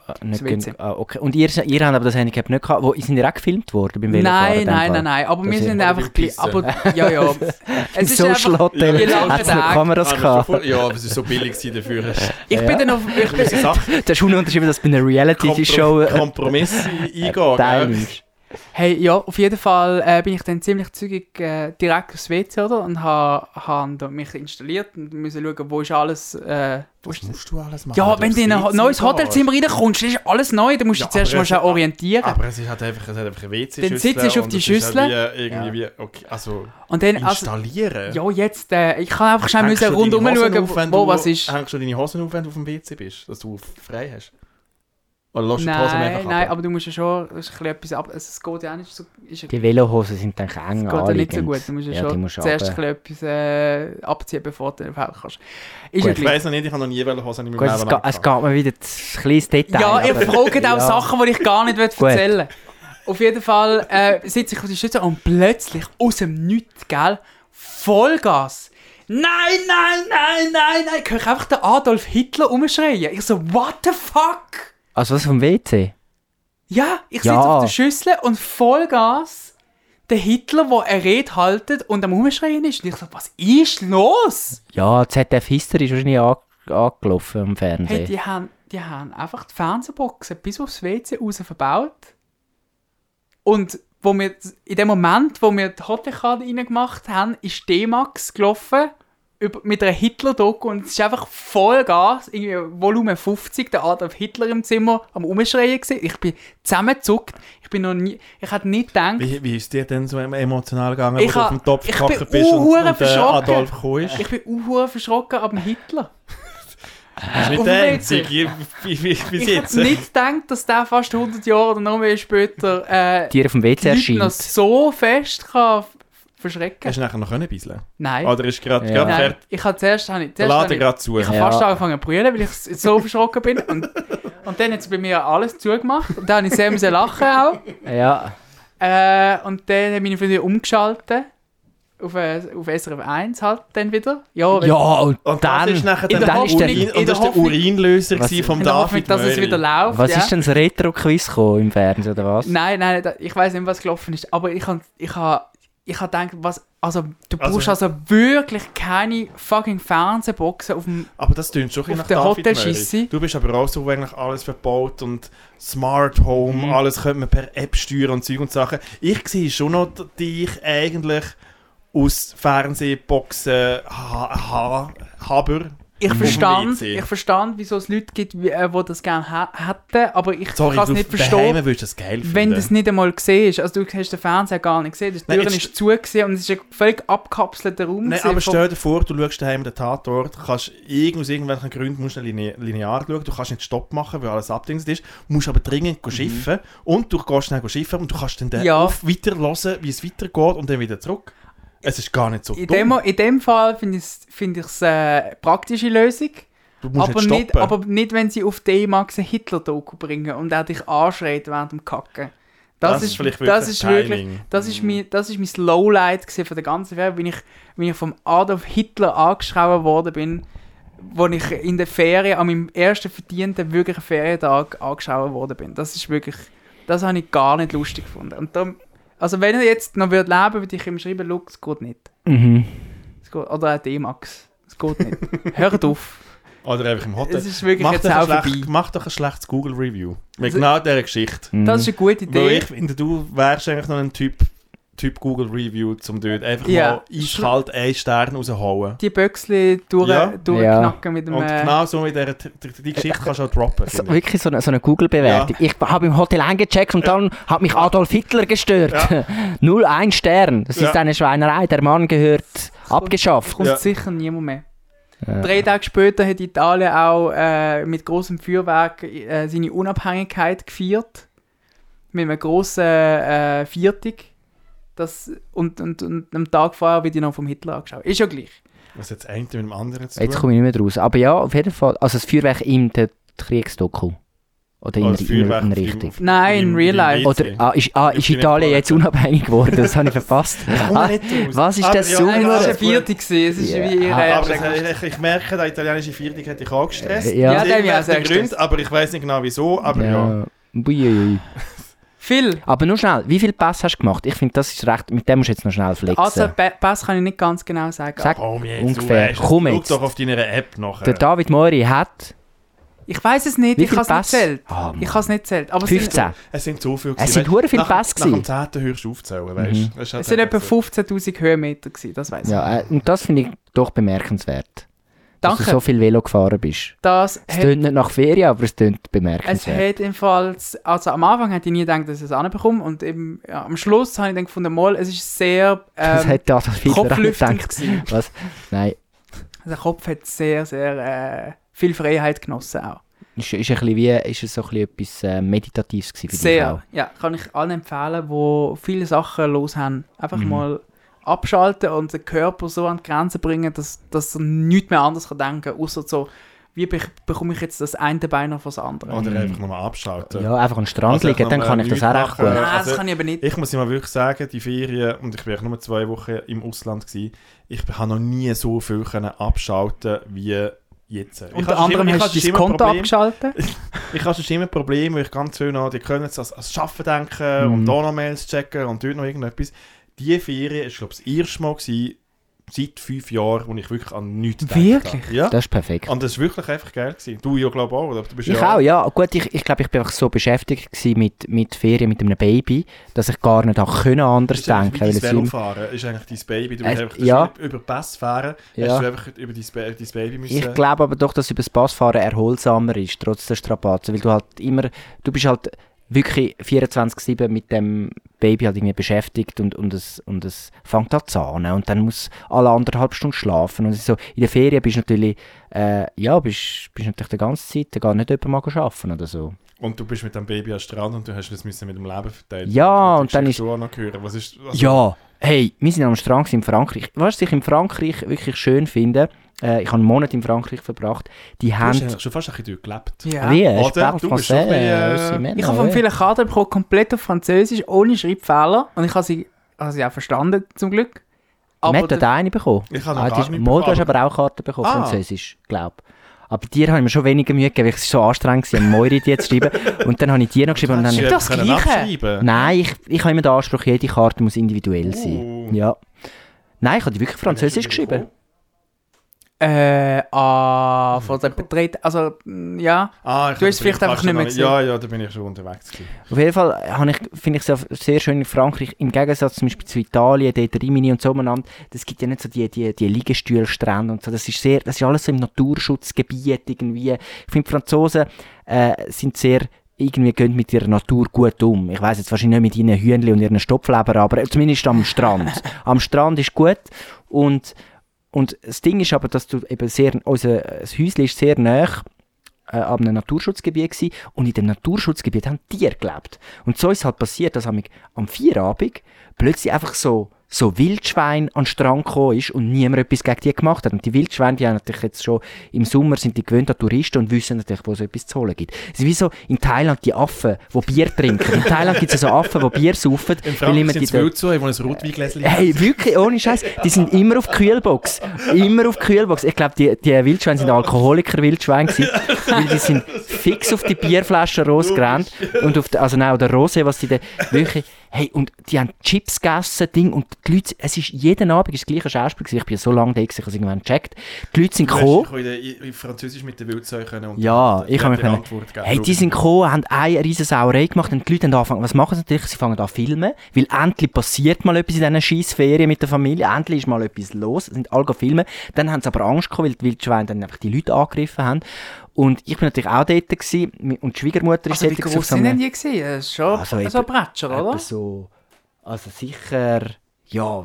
Okay. Und ihr habt aber das Handicap nicht gehabt. Sind ihr auch gefilmt worden beim Velofahren? Nein. Aber wir sind einfach... Ja. Es ist Social Hotel hat es noch Kameras gehabt. Ja, aber es war so billig dafür. Ich bin dann auf... Der ist unterschrieben, dass bei einer Reality-Show... Kompromisse eingehen. Hey, ja, auf jeden Fall bin ich dann ziemlich zügig direkt aufs WC, oder? Und habe mich installiert und musste schauen, wo ist alles... Was musst du alles machen? Ja, wenn du in ein neues Hotelzimmer reinkommst, ist alles neu, dann musst du dich zuerst mal schon orientieren. Aber es hat einfach ein WC-Schüssel. Dann sitzt du auf die Schüssel. Und dann installieren? Ja, jetzt, ich kann einfach schnell rundherum schauen, wo was ist. Hängst du deine Hosen auf, wenn du auf dem WC bist, dass du frei hast? Oder lässt du die Hosen einfach ab? Nein, aber du musst ja schon etwas ab... Es geht ja auch nicht so... Die Velohosen sind dann eng anliegend. Es geht ja nicht so gut. Du musst ja schon zuerst etwas abziehen, bevor du auf kannst. Ich weiss noch nicht, ich habe noch nie Velohosen in meinem Leben angehabt. Es geht mir wieder ein kleines Detail. Ja, ihr fragt auch Sachen, die ich gar nicht erzählen will. Auf jeden Fall sitze ich auf die Schütze und plötzlich aus dem Nichts, gell, Vollgas. Nein! Ich höre einfach den Adolf Hitler rumschreien. Ich so, what the fuck? Also was vom WC? Ja, ich sitze auf der Schüssel und Vollgas der Hitler, der eine Rede haltet und am Rumschreien ist. Und ich so, was ist los? Ja, ZDF History ist wahrscheinlich angelaufen am Fernsehen. Hey, die haben einfach die Fernsehboxen bis aufs WC raus verbaut. Und wo wir, in dem Moment, wo wir die Hotelkarte reingemacht haben, ist D-Max gelaufen mit einer Hitler-Doku und es ist einfach Vollgas, irgendwie Volumen 50, der Adolf Hitler im Zimmer am Umschreien gewesen. Ich bin zusammengezuckt. Ich hätte nicht gedacht... Wie ist dir denn so emotional gegangen, wo du auf dem Topf gekocht bist und Adolf gekommen ist? Ich bin verschrocken ab dem Hitler. Das ist nicht der einzige. Ich hätte nicht gedacht, dass der fast 100 Jahre oder noch mehr später dir auf dem WC erscheint. Noch so fest kann verschrecken. Hast du nachher noch bisschen? Nein. Oder ist gerade fertig? Ich habe zuerst gerade zu. Ich habe fast angefangen zu brüllen, weil ich so verschrocken bin. Und dann hat es bei mir alles zugemacht. Und dann musste ich sehr lachen auch. Ja. Und dann habe ich mich wieder umgeschaltet. Auf SRF 1 halt dann wieder. Ja, und dann ist nachher der Urinlöser vom David dass es wieder läuft. Was ist denn das Retro-Quiz im Fernsehen oder was? Nein, ich weiß nicht, was gelaufen ist. Aber ich habe gedacht, du brauchst also wirklich keine fucking Fernsehboxen auf dem Aber das tönt schon nach David Möri. Du bist aber auch so, wo eigentlich alles verbaut und Smart Home, alles könnte man per App steuern und Zeug und Sachen. Ich sehe schon noch dich eigentlich aus Fernsehboxen Haber. Ich verstand, wieso es Leute gibt, die das gerne hätten, aber ich kann es nicht verstehen, das geil wenn du es nicht einmal siehst. Also du hast den Fernseher gar nicht gesehen, die Türen ist zu gewesen und es ist ein völlig abgekapselter Raum. Nein, aber stell dir vor, du schaust daheim den Tatort, kannst aus irgendwelchen Gründen musst du linear schauen, du kannst nicht Stopp machen, weil alles abdingst ist, musst aber dringend schiffen und du gehst schnell schiffen und du kannst dann weiter hören, wie es weitergeht und dann wieder zurück. Es ist gar nicht so dumm. In dem Fall finde ich es eine praktische Lösung. Du musst nicht stoppen. Aber nicht, wenn sie auf D-Max eine Hitler-Doku bringen und er dich anschreit während dem Kacken. Das ist mein Lowlight von der ganzen Welt, wenn ich vom Adolf Hitler angeschrauben worden bin, wo ich in der Ferien, an meinem ersten verdienten wirklichen Ferientag angeschrauben worden bin. Das habe ich gar nicht lustig gefunden. Und dann, also wenn er jetzt noch leben würde, würde ich ihm schreiben, Luke, es geht nicht. Es geht, oder auch D-Max. Es geht nicht. Hört auf. Oder einfach im Hotel. Es ist wirklich jetzt auch vorbei. Mach doch ein schlechtes Also, Google-Review. Mit genau dieser Geschichte. Das ist eine gute Idee. Weil ich finde, du wärst eigentlich noch ein Typ Google-Review, um dort einfach mal eiskalt 1 Stern rausholen. Die Böckchen durchknacken mit dem... Und genau so mit die Geschichte kannst du auch droppen. So, wirklich so eine Google-Bewertung. Ja. Ich habe im Hotel eingecheckt und dann hat mich Adolf Hitler gestört. Ja. 0,1 Stern. Das ist eine Schweinerei. Der Mann gehört abgeschafft. Kommt sicher niemand mehr. Ja. 3 Tage später hat Italien auch mit grossem Feuerwerk seine Unabhängigkeit gefeiert. Mit einem grossen Viertig. Und am Tag vorher wird ich noch vom Hitler angeschaut. Ist ja gleich. Was jetzt eine mit dem anderen zu tun? Jetzt komme ich nicht mehr raus. Aber ja, auf jeden Fall. Also das Feuerwerk in der Kriegsdoku. Oder in Richtung. Nein, in Real Life. Oder ist Italien jetzt unabhängig geworden? Das habe ich verpasst. Was ist das Sommer? Es war ein Viertig. Es ist wie ihre ich merke, der italienische Viertig hat dich angestresst. Ja, der hat mich auch Grund, aber ich weiß nicht genau wieso. Aber ja. Viel. Aber nur schnell, wie viele Pässe hast du gemacht? Ich finde, das ist recht, mit dem musst du jetzt noch schnell flexen. Also, Pässe kann ich nicht ganz genau sagen. Sag ungefähr. Komm jetzt. Schau doch auf deiner App nachher. Der David Möri hat... Ich weiß es nicht, ich habe es nicht gezählt. Ich habe es nicht gezählt. 15. Es sind zu viele. Es sind hure viele Pässe gewesen. Nach dem 10. hörst du aufzählen, weißt du? Es sind etwa 15'000 Höhenmeter gewesen, das weiss ich. Ja, und das finde ich doch bemerkenswert. Danke. Dass du so viel Velo gefahren bist. Es tönt nicht nach Ferien, aber es tönt bemerkenswert. Es hat jedenfalls, also am Anfang hätte ich nie gedacht, dass ich es anbekomme und eben, am Schluss habe ich dann gefunden, es ist sehr kopflüftend gewesen. Was? Nein. Der Kopf hat sehr, sehr viel Freiheit genossen auch. Ist es so ein bisschen etwas Meditatives gewesen für dich sehr, auch? Ja, kann ich allen empfehlen, die viele Sachen los haben. Einfach mal abschalten und den Körper so an die Grenze bringen, dass er nichts mehr anderes denken kann, außer so, wie bekomme ich jetzt das eine Bein auf das andere. Oder einfach nochmal abschalten. Ja, einfach am Strand liegen, dann kann ich das auch recht gut. Nein, das kann ich aber nicht. Ich muss immer wirklich sagen, die Ferien, und ich war nur 2 Wochen im Ausland gewesen, ich habe noch nie so viel abschalten wie jetzt. Unter anderem hast du dein Konto abgeschaltet? Ich habe schon immer ein Problem, weil ich ganz viel noch, die können jetzt ans Arbeiten denken und da noch Mails checken und dort noch irgendetwas. Diese Ferien war, glaube ich, das erste Mal gewesen, seit 5 Jahren, wo ich wirklich an nichts denke. Wirklich? Ja. Das ist perfekt. Und das war wirklich einfach geil gewesen. Du ja, glaube ich, auch, oder? Du bist ich auch, ja. Gut, ich glaube, ich bin einfach so beschäftigt mit Ferien mit einem Baby, dass ich gar nicht anders denken konnte. Ist eigentlich dein Baby? Du musst einfach über den Pass fahren, hast du einfach über dein Baby müssen... Ich glaube aber doch, dass über das Passfahren erholsamer ist, trotz der Strapazen, weil du bist halt wirklich 24/7 mit dem Baby halt irgendwie beschäftigt und es fängt an zu zahnen und dann muss alle 1,5 Stunden schlafen und so. In der Ferien bist du natürlich bist natürlich die ganze Zeit gar nicht jemand mal arbeiten oder so. Und du bist mit dem Baby am Strand und du hast das mit dem Leben verteilt. Ja, und dann ist... Du auch noch hören. Was ist ja, hey, wir sind am Strand in Frankreich. Was ich in Frankreich wirklich schön finde, ich habe einen Monat in Frankreich verbracht, du hast schon fast ein bisschen durchgelebt. Ja. Wie? Ich habe von vielen Karten bekommen, komplett auf Französisch, ohne Schreibfehler. Und ich habe sie auch verstanden, zum Glück. Matt hat eine bekommen. Ich habe noch gar nicht bekommen. Du hast aber auch Karten bekommen, Französisch, glaube ich. Aber dir habe ich mir schon weniger Mühe gegeben, weil es so anstrengend war, Moiri die zu schreiben. Und dann habe ich dir noch geschrieben. Und dann das Gleiche? Nein, ich habe immer den Anspruch, jede Karte muss individuell sein. Ja. Nein, ich habe die wirklich Französisch geschrieben. Von dem Betreten, also, ja. Du hast es vielleicht einfach nicht mehr gesehen. Ja, da bin ich schon unterwegs gewesen. Auf jeden Fall finde ich es sehr schön in Frankreich, im Gegensatz zum Beispiel zu Italien, dort Rimini und so umeinander, das gibt ja nicht so die Liegestühlstrände und so, das ist alles so im Naturschutzgebiet irgendwie. Ich finde, die Franzosen sind sehr, irgendwie gehen mit ihrer Natur gut um. Ich weiss jetzt wahrscheinlich nicht mit ihren Hühnchen und ihren Stopfleber, aber zumindest am Strand. Am Strand ist gut und das Ding ist aber, dass du eben unser Häuschen ist sehr nah an einem Naturschutzgebiet gewesen, und in dem Naturschutzgebiet haben Tiere gelebt. Und so ist es halt passiert, dass am Feierabend plötzlich einfach so Wildschwein an den Strand gekommen ist und niemand etwas gegen die gemacht hat. Und die Wildschweine, die haben natürlich jetzt schon im Sommer sind die gewöhnt an Touristen und wissen natürlich, wo es etwas zu holen gibt. Es ist wie so in Thailand die Affen, die Bier trinken. In Thailand gibt es so Affen, die Bier saufen. In Frankreich sind es Wildschweine, die ein Rotweingläschen haben. Hey, wirklich, ohne Scheiß. Die sind immer auf Kühlbox. Immer auf Kühlbox. Ich glaube, die Wildschweine sind Alkoholiker-Wildschweine gewesen, weil die sind fix auf die Bierflaschen losgerannt. Und also nein, oder Rosé, was die da wirklich... Hey, und die haben Chips gegessen, und die Leute, jeden Abend ist das gleiche Schauspiel gewesen. Ich bin so lange da gewesen, ich habe es irgendwann gecheckt. Die Leute sind gekommen. Du in Französisch mit den Wildsäuchen ja, ich habe mich hey, die sind gekommen, haben eine riesen Sauerei gemacht und die Leute haben angefangen, was machen sie natürlich? Sie fangen an zu filmen, weil endlich passiert mal etwas in diesen Scheissferien mit der Familie, endlich ist mal etwas los, sind alle filmen. Dann haben sie aber Angst gehabt, weil die Wildschweine dann einfach die Leute angegriffen haben. Und ich bin natürlich auch dort gewesen, und die Schwiegermutter ist dort. Wie groß sind denn die gewesen? Das ist schon so ein Bretscher, oder? Also sicher, ja,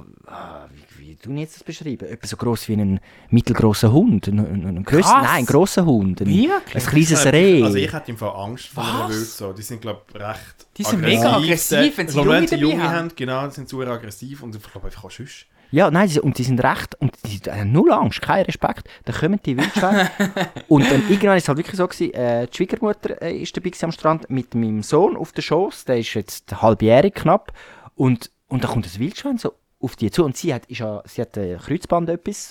wie tun jetzt das beschreiben? Etwa so gross wie ein mittelgrosser Hund. Ein grosser Hund. Ein kleines Reh. Also ich hätte im Fall Angst vor einer Wildsau. Die sind, glaube ich, recht Die sind mega aggressiv, wenn sie Junge haben. Genau, die sind super aggressiv und ich glaube einfach auch sonst. Ja, nein, die sind recht, und die haben null Angst, keinen Respekt. Dann kommen die Wildschweine. Und dann irgendwann war es halt wirklich so gewesen, die Schwiegermutter ist dabei am Strand mit meinem Sohn auf dem Schoß, der ist jetzt halbjährig knapp. Und da kommt das Wildschwein so auf die zu. Und sie hat ein Kreuzband,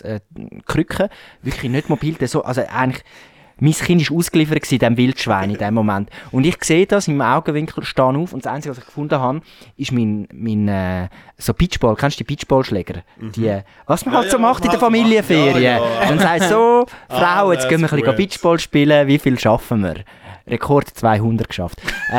Krücke, wirklich nicht mobil. Also eigentlich, mein Kind war ausgeliefert in diesem Wildschwein in dem Moment. Und ich sehe das im Augenwinkel, stehe auf, und das Einzige, was ich gefunden habe, ist mein so Beachball. Kennst du die Beachballschläger? Was man halt so macht in der Familienferien. Dann sagst du so, Frau, jetzt gehen wir ein bisschen Beachball spielen, wie viel schaffen wir? Rekord 200 geschafft.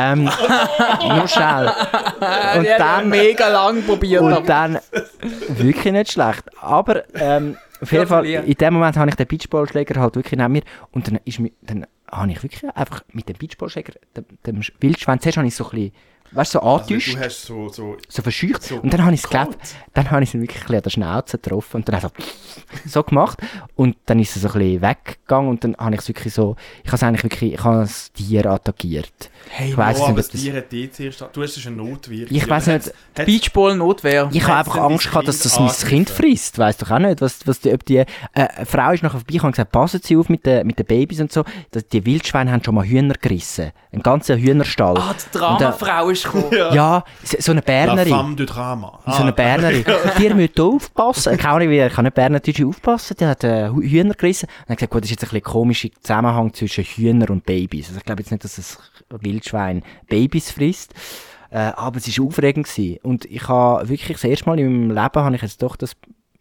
Nur schnell. Und dann mega lang probiert. Und dann wirklich nicht schlecht. Aber auf jeden Fall, in dem Moment habe ich den Beachballschläger halt wirklich neben mir. Und dann habe ich wirklich einfach mit dem Beachballschläger, dem Wildschwein, zuerst habe ich so ein bisschen, weißt du, so angetäuscht. Also, du hast so verscheucht. So, und dann habe ich es geglaubt. Dann habe ich ihn wirklich ein bisschen an der Schnauze getroffen und dann einfach so gemacht. Und dann ist es so ein bisschen weggegangen und dann habe ich es wirklich so, ich habe das Tier attackiert. Hey, ich weiss nicht, das Tier hat dich zuerst, du hast es eine Notwehr. Ich weiss nicht. Beachball-Notwehr. Ich habe einfach Angst gehabt, dass das mein Kind frisst. Weiss doch auch nicht, ob die Frau ist nachher vorbei und gesagt, passen Sie auf mit den Babys und so. Die Wildschweine haben schon mal Hühner gerissen. Einen ganzen Hühnerstall. Die Dramafrau ist gekommen. Ja, so eine Bernerin. La femme de drama. So eine Bernerin. Die müssen aufpassen. Ich kann nicht Bernerdeutsch aufpassen. Die hat Hühner gerissen. Und hat gesagt, gut, das ist jetzt ein bisschen komischer Zusammenhang zwischen Hühner und Babys. Also ich glaube jetzt nicht, dass es Wildschwein Babys frisst. Aber es war aufregend gewesen. Und ich habe wirklich das erste Mal in meinem Leben habe ich jetzt doch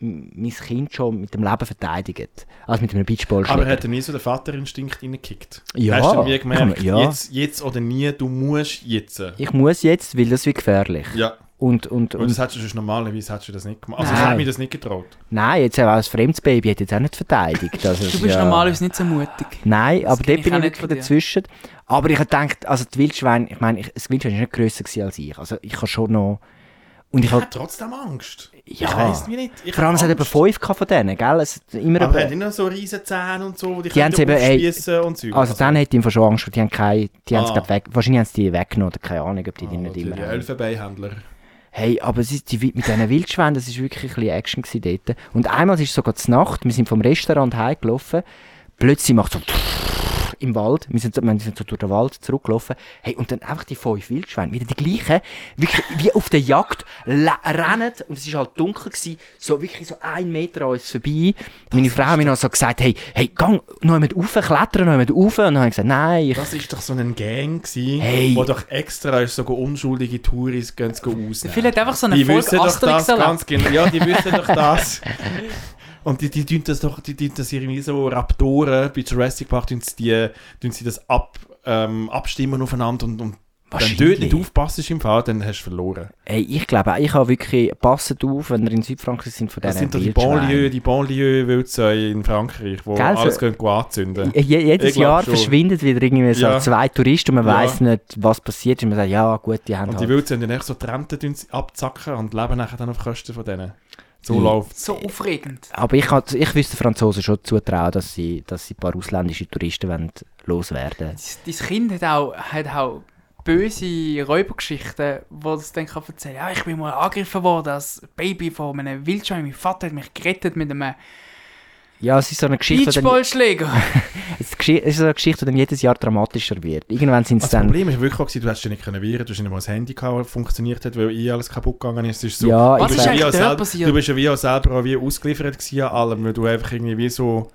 mein Kind schon mit dem Leben verteidigt, als mit einem Beachballschläger. Aber hat er nie so den Vaterinstinkt reingekickt? Ja. Hast du nie gemerkt, ja. jetzt oder nie, du musst jetzt? Ich muss jetzt, weil das wird gefährlich. Ja. Und das hättest du sonst normalerweise hättest du das nicht gemacht. Also Nein. ich hätte mir das nicht getraut. Nein, jetzt auch als fremdes Baby hätte ich jetzt auch nicht verteidigt. Also, du bist normalerweise nicht so mutig. Nein, das aber dort bin ich nicht von dazwischen. Aber ich habe gedacht, also die Wildschweine, ich meine, das Wildschwein war nicht grösser als ich. Also ich habe schon noch... Und ich habe trotzdem Angst. Ja. Ich weiss nicht. Vor allem, es hat eben 5 von denen, gell? Es immer aber haben die noch so riesen Zähne und so, die können aufspiessen und so? Also dann hätte ich schon Angst, die haben keine... wahrscheinlich haben sie die weggenommen, oder keine Ahnung, ob die nicht immer die Elfenbeinhändler. Hey, aber mit diesen Wildschweinen, das war wirklich ein bisschen Action dort. Und einmal ist es sogar zur Nacht, wir sind vom Restaurant heimgelaufen, plötzlich macht es so im Wald, wir sind so durch den Wald zurückgelaufen, hey, und dann einfach die 5 Wildschweine, wieder die gleichen, wirklich wie auf der Jagd, rennen, und es war halt dunkel gewesen, so wirklich so 1 Meter an uns vorbei. Meine Frau hat mir noch so gesagt, hey, gang noch jemand rauf, klettern noch jemand rauf, und dann habe ich gesagt, nein. Das war doch so ein Gang gewesen, wo doch extra sogar unschuldige Touristen ausnehmen. Viele hat einfach so eine Folge Asterix ganz genau. Ja, die wissen doch das. Und die tun das irgendwie so Raptoren bei Jurassic Park, tun sie das abstimmen aufeinander und wenn du dort nicht aufpasst im Fall, dann hast du verloren. Hey, ich glaube auch, ich habe wirklich, passet auf, wenn ihr in Südfrankreich sind von diesen Wildschweinen. Das sind die Banlieue in Frankreich, wo alles anzünden. Jedes Jahr verschwindet wieder irgendwie so 2 Touristen und man weiss nicht, was passiert. Und man sagt, ja gut, die haben und die Wildsöhne dann echt so die Rente abzacken und leben nachher dann auf Kosten von denen. So läuft so aufregend. Aber ich wüsste den Franzosen schon zutrauen, dass sie ein paar ausländische Touristen loswerden wollen. Dein Kind hat auch böse Räubergeschichten, wo es dann erzählen kann. Ja, ich bin mal angegriffen worden als Baby von einem Wildschwein. Mein Vater hat mich gerettet mit einem Ja, es ist so eine Geschichte, Beachballschläger. Es ist so eine Geschichte, die dann jedes Jahr dramatischer wird. Irgendwann sind es das Problem war wirklich auch, du hast dich nicht wehren, du hast nicht mal ein Handy gehabt, das funktioniert hat, weil alles kaputt gegangen ist. Es ist so, ja, was ist eigentlich dort passiert? Du bist ja wie auch selber wie ausgeliefert gewesen an allem, weil du einfach irgendwie wie so...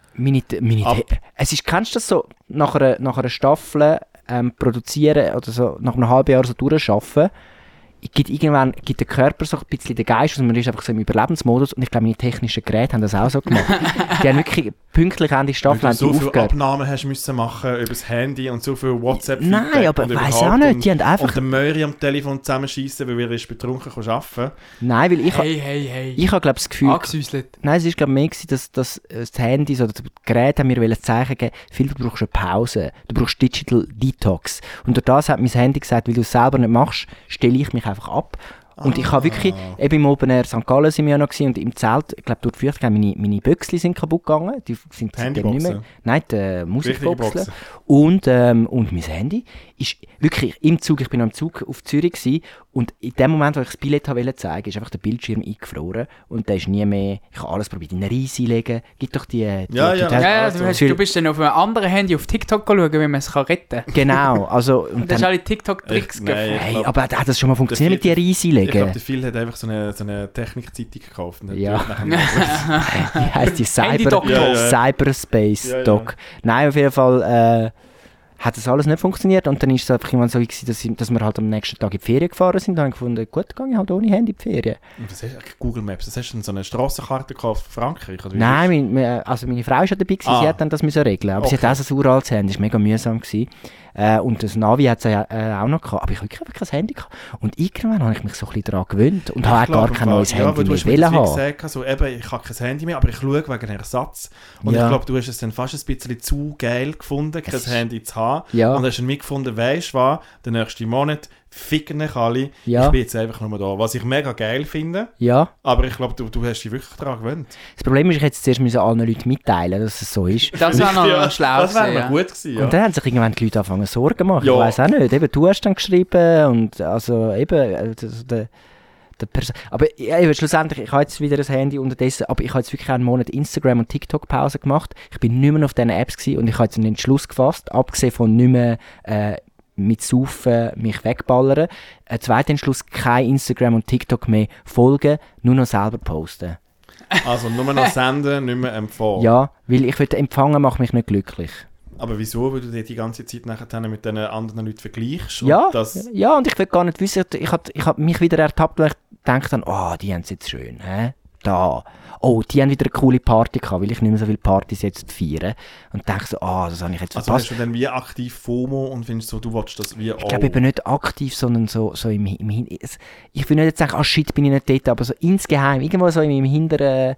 Es ist, kennst du das so, nach einer Staffel produzieren oder so, nach einem halben Jahr so durcharbeiten, irgendwann gibt der Körper so ein bisschen den Geist, also man ist einfach so im Überlebensmodus, und ich glaube, meine technischen Geräte haben das auch so gemacht. Die haben wirklich pünktlich Ende Staffel aufgehört. Weil du so viele Abnahmen hast müssen machen über das Handy und so viel WhatsApp-Feedback. Nein, aber ich weiss auch nicht, die haben einfach... Und den Möri am Telefon zusammenschiessen, weil er ist betrunken arbeiten. Nein, weil ich ich habe glaube das Gefühl... Angesäuselt. Nein, es war glaube mehr gewesen, dass das Handy oder das Gerät haben mir ein Zeichen gegeben, Philipp, du brauchst eine Pause, du brauchst Digital Detox. Und durch das hat mein Handy gesagt, weil du es selber nicht machst, stelle ich mich einfach ab. Und ich habe wirklich, eben im Open Air St. Gallen sind wir ja noch gewesen, und im Zelt, ich glaube, durch die Feuchtigkeit, meine Büchsel sind kaputt gegangen. Die sind nicht mehr. Nein, die Musikboxen. Und mein Handy ist wirklich im Zug, ich bin am Zug auf Zürich gewesen, und in dem Moment, wo ich das Billett wollte zeigen, ist einfach der Bildschirm eingefroren und der ist nie mehr, ich habe alles probiert, in eine Reise legen, gibt doch die du bist dann auf einem anderen Handy auf TikTok schauen, wie man es retten kann. Genau, also... Und dann hast du alle TikTok-Tricks gefunden. Hey, aber hat das schon mal funktioniert mit der Reise legen? Ich glaube, der Phil hat einfach so eine Technikzeitung gekauft. Und ja. Wie heisst die? Cyberspace Doc. Nein, auf jeden Fall hat das alles nicht funktioniert, und dann ist es einfach immer so gewesen, dass wir halt am nächsten Tag in die Ferien gefahren sind, und dann habe ich gefunden, gut, gehe ich halt ohne Handy in die Ferien. Und was hast du Google Maps? Das hast du so eine Strassenkarte gekauft für Frankreich? Oder nein, meine Frau war ja dabei, sie hat dann das müssen regeln, aber sie hat auch so ein uraltes Handy, das war mega mühsam gewesen. Und das Navi hat sie auch noch gehabt, aber ich habe wirklich kein Handy gehabt. Und irgendwann habe ich mich so ein bisschen daran gewöhnt und habe auch gar kein neues Handy mehr haben. Gesagt, so, eben, ich habe kein Handy mehr, aber ich schaue wegen Ersatz. Und ich glaube, du hast es dann fast ein bisschen zu geil gefunden, kein Handy zu haben. Ja. Und hast dann mitgefunden, weisst du was, den nächsten Monat ficken euch alle, ja. Ich bin jetzt einfach nur da. Was ich mega geil finde, ja. Aber ich glaube, du hast dich wirklich daran gewöhnt. Das Problem ist, ich hätte zuerst allen Leuten mitteilen, dass es so ist. Das wäre noch schlau. Das wäre noch gut gewesen, ja. Und dann haben sich irgendwann die Leute angefangen Sorgen zu machen. Ja. Ich weiss auch nicht. Eben, du hast dann geschrieben und also eben... Aber schlussendlich, ich habe jetzt wieder ein Handy unterdessen, aber ich habe jetzt wirklich einen Monat Instagram und TikTok Pause gemacht. Ich bin nicht mehr auf diesen Apps gewesen, und ich habe jetzt einen Entschluss gefasst, abgesehen von nicht mehr mit Saufen mich wegballern. Ein zweiter Entschluss, kein Instagram und TikTok mehr folgen, nur noch selber posten. Also nur noch senden, nicht mehr empfangen? Ja, weil ich würde empfangen, macht mich nicht glücklich. Aber wieso, weil du dich die ganze Zeit nachher mit den anderen Leuten vergleichst? Ja, und und ich will gar nicht wissen, ich hab mich wieder ertappt, weil ich denke dann, die haben es jetzt schön. da. Oh, die haben wieder eine coole Party gehabt, weil ich nicht mehr so viele Partys jetzt feiere. Und denke so, das habe ich jetzt verpasst. Also hast du dann wie aktiv FOMO und findest so, du willst das wie auch? Ich glaube eben nicht aktiv, sondern so im Hintergrund. Ich will nicht jetzt sagen, shit, bin ich nicht dort, aber so insgeheim, irgendwo so in meinem hinteren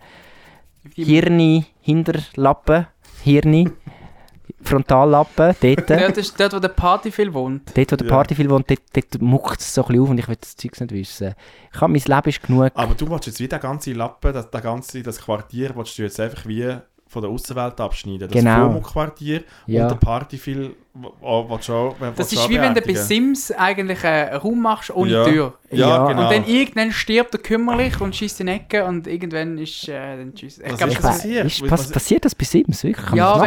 Hinterlappen, Frontallappen, dort. Das ist dort, wo der Partyphil wohnt. Dort, wo der Partyphil wohnt, dort muckt es so ein bisschen auf und ich will das Zeug nicht wissen. Mein Leben ist genug. Aber du willst jetzt wie den ganzen Lappen, das Quartier, willst du jetzt einfach wie von der Außenwelt abschneiden. Das FOMO-Quartier und der Partyphil das ist wie wenn du bei Sims eigentlich einen Raum machst ohne Tür. Ja, genau. Und dann irgendwann stirbt er kümmerlich und schießt in die Ecke und irgendwann ist dann tschüss. Passiert das bei Sims? Wirklich?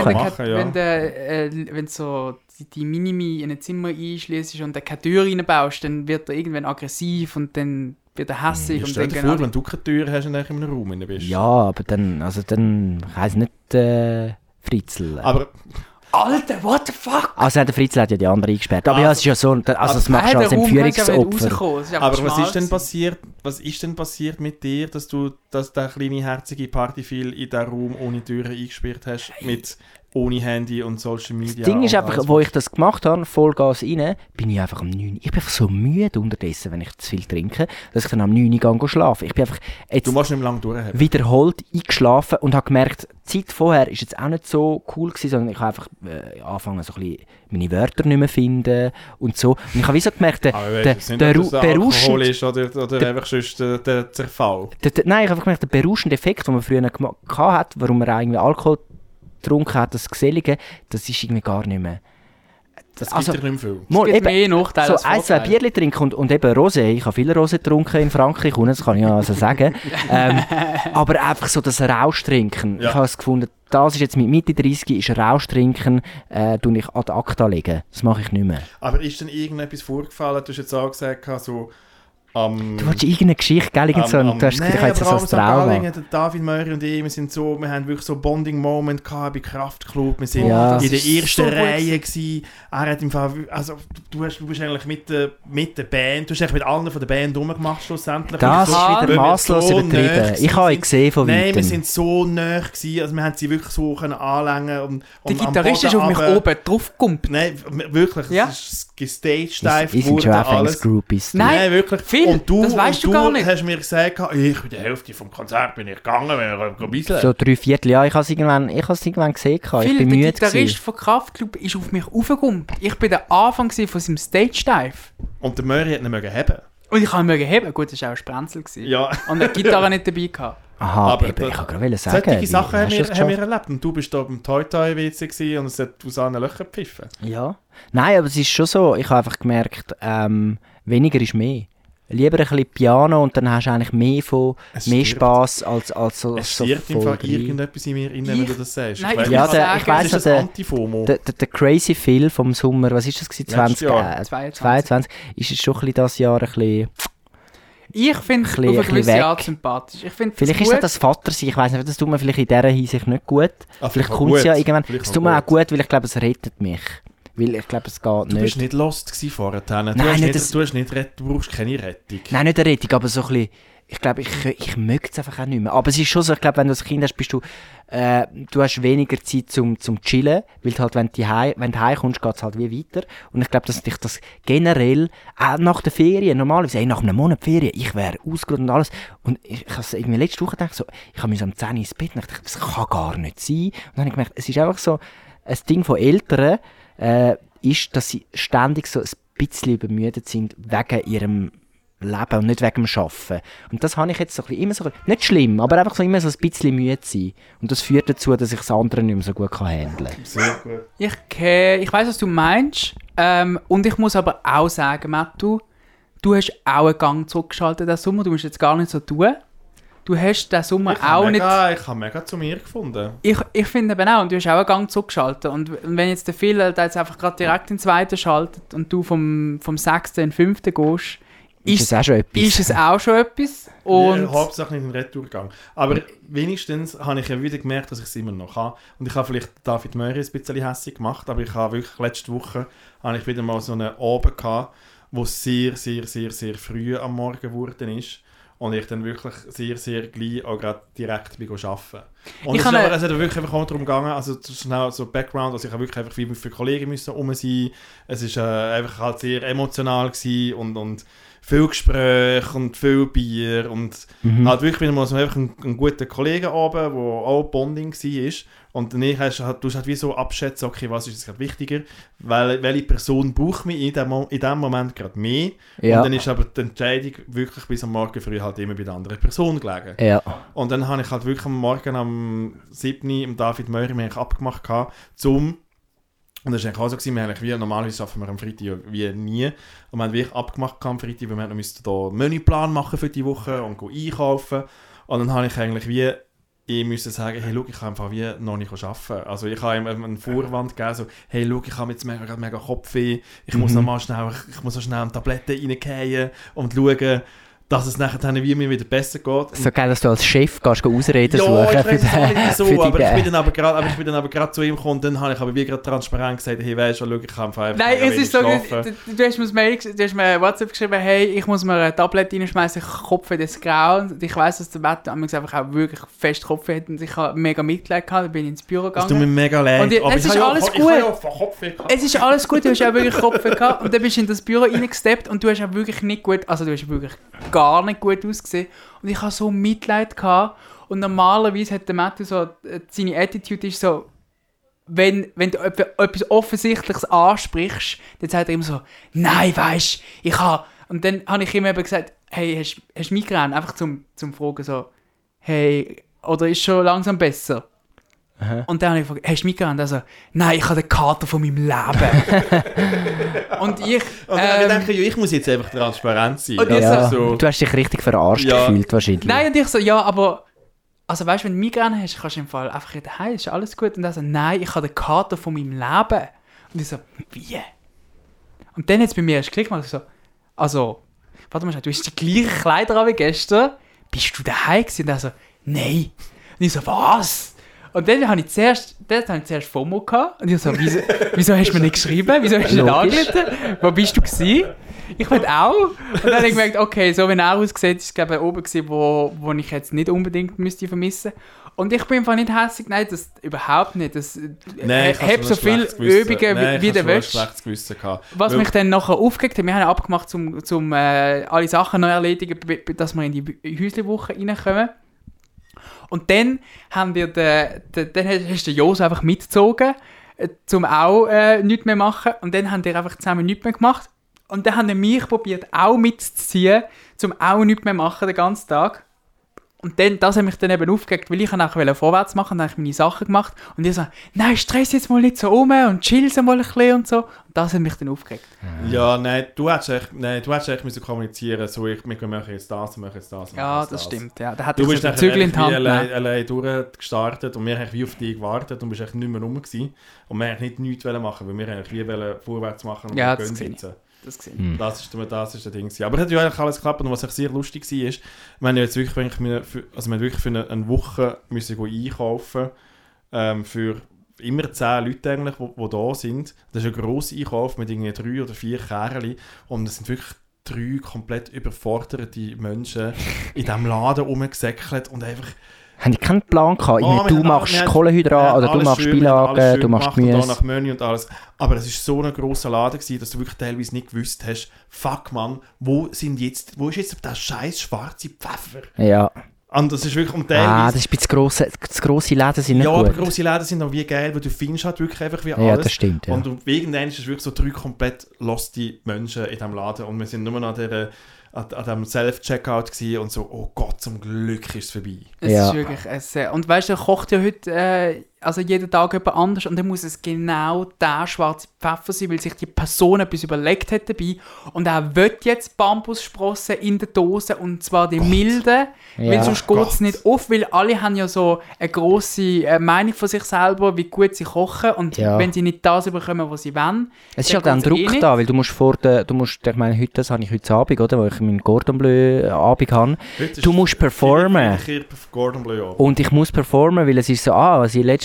Wenn so die Minimi in ein Zimmer einschließt und keine Tür reinbaust, dann wird er irgendwann aggressiv und dann wird er hässig. Stell dir vor, wenn du keine Tür hast und in einem Raum bist. Ja, aber dann heisst es nicht Fritzl. Aber Alter, what the fuck? Also der Fritzl hat ja die andere eingesperrt. Aber es ist ja so, das machst du als Entführungsopfer. Aber was ist denn passiert? Was ist denn passiert mit dir, dass du der kleine herzige Partyphil in diesen Raum ohne Türen eingesperrt hast, ohne Handy und Social Media? Das Ding ist einfach, wo ich das gemacht habe, Vollgas rein, bin ich einfach am 9. Ich bin einfach so müde unterdessen, wenn ich zu viel trinke, dass ich dann am 9 gehe schlafen. Ich bin einfach du musst nicht mehr lange durchhaben. Wiederholt eingeschlafen und habe gemerkt, die Zeit vorher war jetzt auch nicht so cool gewesen, sondern ich habe einfach angefangen, so ein bisschen meine Wörter nicht mehr finden und so. Und ich habe wie so gemerkt, der berauschende... ist oder einfach sonst der Zerfall? Nein, ich habe gemerkt, der berauschende Effekt, den man früher hatte, warum man auch irgendwie Alkohol getrunken hat, das Gesellige, das ist irgendwie gar nicht mehr. Das gibt nicht mehr viel. Es gibt mehr Nachteile so 1-2 Bierchen trinken und eben Rosé. Ich habe viele Rosé getrunken in Frankreich, das kann ich ja also sagen. Aber einfach so das Rauschtrinken. Ja. Ich habe es gefunden, das ist jetzt mit Mitte 30, ist Rauschtrinken, tue ich ad acta legen. Das mache ich nicht mehr. Aber ist denn irgendetwas vorgefallen? Du hast jetzt auch gesagt, so... du wolltest irgendeine Geschichte, gell? Du hast gesagt, ich habe jetzt so ein Trauma. Der David Möri und ich, wir haben wirklich so einen Bonding-Moment gehabt bei Kraftklub. Wir waren in der ersten Reihe gewesen. Er hat im Fall, also du bist eigentlich mit der Band, du hast eigentlich mit allen von der Band rumgemacht schlussendlich. Das ist wieder masslos übertrieben. Ich habe ihn gesehen von weitem. Nein, wir sind so nah gewesen, also wir haben sie wirklich so anlängen und der Gitarrist ist auf mich oben draufgekumpelt. Nein, wirklich, es ist gestagedive geworden, alles. Nein, wirklich. Und du, das weißt du gar nicht. Hast mir gesagt, ich bin die Hälfte vom Konzert bin ich gegangen, wenn wir ein bisschen... So 3/4 Jahre, ich habe es irgendwann gesehen. Ich bin müde. Der Gitarrist von Kraftklub ist auf mich raufgekommen. Ich bin der Anfang von seinem Stage-Dive. Und der Möri hat nicht haben. Und ich kann ihn haben. Gut, das war auch ein Sprenzel. Ja. Und die Gitarre nicht dabei gehabt. Aha, aber ich wollte gerade sagen. Solche Sachen haben wir erlebt. Und du bist da beim Toy-Toy-WC und es hat aus allen Löchern gepfiffen. Ja. Nein, aber es ist schon so, ich habe einfach gemerkt, weniger ist mehr. Lieber ein bisschen Piano und dann hast du eigentlich mehr Spass als so es stirbt im Fall irgendetwas in mir rein, wenn du das sagst. Nein, ich weiss noch, der Crazy Phil vom Sommer, was ist das gewesen? 2022 ist es schon ein bisschen das Jahr ein bisschen... Ich finde es auf eine gewisse Art sympathisch. Vielleicht ist das Vater sein, ich weiss nicht, das tut mir vielleicht in dieser Hinsicht nicht gut. Vielleicht kommt es ja irgendwann. Es tut mir auch gut, weil ich glaube, es rettet mich. Weil ich glaube, es geht nicht. Du bist nicht lost vorher. Du brauchst keine Rettung. Nein, nicht eine Rettung, aber so ein bisschen... Ich glaube, ich möchte es einfach auch nicht mehr. Aber es ist schon so, ich glaube, wenn du ein Kind hast, bist du hast weniger Zeit zum Chillen, weil du halt, wenn du heimkommst, geht es halt wie weiter. Und ich glaube, dass dich das generell, auch nach der Ferien, normalerweise, nach einem Monat Ferien, ich wäre ausgeruht und alles. Und ich habe irgendwie letzte Woche gedacht, so, ich habe mich am 10 ins Bett und ich dachte, das kann gar nicht sein. Und dann habe ich gemerkt, es ist einfach so, ein Ding von Eltern, ist, dass sie ständig so ein bisschen übermüdet sind wegen ihrem Leben und nicht wegen dem Arbeiten. Und das habe ich jetzt so ein bisschen, immer so, nicht schlimm, aber einfach so immer so ein bisschen müde sein. Und das führt dazu, dass ich das andere nicht mehr so gut handeln kann. Sehr gut. Ich weiss, was du meinst. Und ich muss aber auch sagen, Mattu, du hast auch einen Gang zurückgeschaltet diesen Sommer. Du musst jetzt gar nicht so tun. Du hast diesen Sommer auch nicht... Ich habe mega zu mir gefunden. Ich finde eben auch, und du hast auch einen Gang zurückgeschaltet. Und wenn jetzt der Phil jetzt einfach gerade direkt in den zweiten schaltet und du vom 6. in den 5. gehst, ist es auch schon etwas. Und ja, hauptsächlich in den Retourgang. Aber wenigstens habe ich ja wieder gemerkt, dass ich es immer noch habe. Und ich habe vielleicht David Möri ein bisschen hässig gemacht, aber ich habe wirklich letzte Woche habe ich wieder mal so einen Abend gehabt, wo sehr, sehr, sehr, sehr früh am Morgen geworden ist. Und ich dann wirklich sehr, sehr gleich auch gerade direkt bin arbeiten. Und es hat wirklich einfach auch darum gegangen, also schnell so Background, also ich habe wirklich einfach wie für Kollegen müssen rum sein. Es war einfach halt sehr emotional gewesen und viel Gespräche und viel Bier und halt wirklich wieder mal so einfach einen guten Kollegen oben, der auch Bonding war. Und dann du hast halt wie so abschätzen, okay, was ist jetzt gerade wichtiger, welche Person braucht mich in dem Moment gerade mehr. Ja. Und dann ist aber die Entscheidung wirklich bis am Morgen früh halt immer bei der anderen Person gelegen. Ja. Und dann habe ich halt wirklich am Morgen am 7. im David Meury abgemacht und das war eigentlich auch so, normalerweise arbeiten wir am Freitag wie nie. Und wir haben wirklich abgemacht am Freitag, weil wir noch hier einen Menüplan machen für die Woche und einkaufen. Und dann habe ich eigentlich ich musste sagen, hey, schau, ich kann einfach wie noch nicht arbeiten. Also ich habe ihm einen Vorwand gegeben, so, hey, schau, ich habe jetzt mega Kopfweh, ich muss noch schnell eine Tablette reingehen und schauen, dass es nachher dann wie mir wieder besser geht. So geil, dass du als Chef gehst Ausreden suchen. Ja, ich weiß so, aber ich bin dann aber gerade zu ihm gekommen, dann habe ich aber wie gerade transparent gesagt, hey, weißt du, schau, ich kann einfach Nein, es ist so, du hast mir WhatsApp geschrieben, hey, ich muss mir eine Tablette reinschmeißen, ich Kopf das grau. Und ich weiss, dass der Wetter einfach auch wirklich fest Kopf hat und ich habe mega Mitleid gehabt, dann bin ich ins Büro gegangen. Es tut mir mega leid. Es ist alles gut. Es ist alles gut, du hast auch wirklich Kopf gehabt und dann bist du in das Büro reingesteppt und du hast auch wirklich nicht gut, also du hast wirklich gar nicht gut ausgesehen und ich hatte so Mitleid gehabt. Und normalerweise hat der Matthew so, seine Attitude ist so, wenn du etwas Offensichtliches ansprichst, dann sagt er immer so, nein, weisst, ich habe, und dann habe ich ihm eben gesagt, hey, hast du Migräne? Einfach zum Fragen so, hey, oder ist schon langsam besser? Aha. Und dann habe ich gefragt, hast du Migräne? Also, nein, ich habe den Kater von meinem Leben. Und ich denke, ich muss jetzt einfach transparent sein. Und ja, so. Du hast dich richtig verarscht gefühlt wahrscheinlich. Nein, und ich so, ja, aber also weißt du, wenn du Migräne hast, kannst du im Fall einfach daheim, ist alles gut. Und er so, nein, ich habe den Kater von meinem Leben. Und ich so, wie? Und dann hat es bei mir erst Klick gemacht, so, also, warte mal, du hast die gleichen Kleider an wie gestern, bist du daheim gewesen? Und er so, nein. Und ich so, was? Und dann hatte ich zuerst FOMO gehabt. Und ich so, wieso hast du mir nicht geschrieben? Wieso hast du nicht angerufen? Wo bist du gewesen? Ich wollte auch. Und dann habe ich gemerkt, okay, so wie er aussieht, ist es glaube ich oben gewesen, wo ich jetzt nicht unbedingt müsste vermissen. Und ich bin einfach nicht hässlich. Nein, das überhaupt nicht. Ich habe so viele Übungen wie der willst. Was mich dann nachher aufgeregt hat, wir haben abgemacht, um alle Sachen neu erledigen, dass wir in die Häuslewoche reinkommen. Und dann haben wir dann hast du Jos einfach mitgezogen, um auch nichts mehr zu machen. Und dann haben wir einfach zusammen nichts mehr gemacht. Und dann haben wir mich probiert, auch mitzuziehen, um auch nichts mehr zu machen den ganzen Tag. Und dann, das hat mich dann eben aufgeregt, weil ich auch vorwärts machen und dann habe ich meine Sachen gemacht. Und ich so, nein, stress jetzt mal nicht so um und chill mal ein bisschen und so. Und das hat mich dann aufgeregt. Ja, nein, du hättest echt müssen kommunizieren, so, wir machen jetzt das, wir machen jetzt das. Ja, das stimmt. Ja. Da du bist so Zügel in die Hand allein durchgestartet und wir haben wie auf dich gewartet und bist echt nicht mehr rum gewesen. Und wir haben nichts machen, weil wir eigentlich wie vorwärts machen und ja, gehen sitzen. Das ist das Ding. Aber es hat ja eigentlich alles geklappt und was echt sehr lustig war, ist, wir haben jetzt wirklich, für eine Woche müssen einkaufen für immer 10 Leute eigentlich, die da sind. Das ist ein grosser Einkauf mit irgendwie 3 oder 4 Kerlen und es sind wirklich 3 komplett überforderte Menschen in diesem Laden rumgesäckelt und einfach... Haben die keinen Plan gehabt? Du machst Kohlenhydrate oder du machst Beilagen, du machst Gemüse. Und nach Menü und alles. Aber es war so ein grosser Laden, dass du wirklich teilweise nicht gewusst hast, fuck man, wo ist jetzt der scheiß schwarze Pfeffer? Ja. Und das ist wirklich teilweise... das ist zu grosse Läden sind nicht gut. Ja, aber grosse Läden sind auch wie geil, weil du findest halt wirklich einfach wie alles. Ja, das stimmt, ja. Und irgendwann ist es wirklich so 3 komplett loste Menschen in diesem Laden und wir sind nur noch an diesem Self-Checkout gewesen und so, oh Gott, zum Glück ist es vorbei. Es ist wirklich sehr... Und weißt du, er kocht ja heute jeden Tag jemand anders und dann muss es genau der schwarze Pfeffer sein, weil sich die Person etwas überlegt hat dabei und er will jetzt Bambussprossen in der Dose und zwar die milden, weil sonst geht es nicht auf, weil alle haben ja so eine grosse Meinung von sich selber, wie gut sie kochen und wenn sie nicht das bekommen, was sie wollen. Es ist halt ein Druck da, weil ich meine, das habe ich heute Abend, oder, wo ich meinen Cordon Bleu Abend habe. Du musst performen. Und ich muss performen, weil es ist so, was ich letztes Mal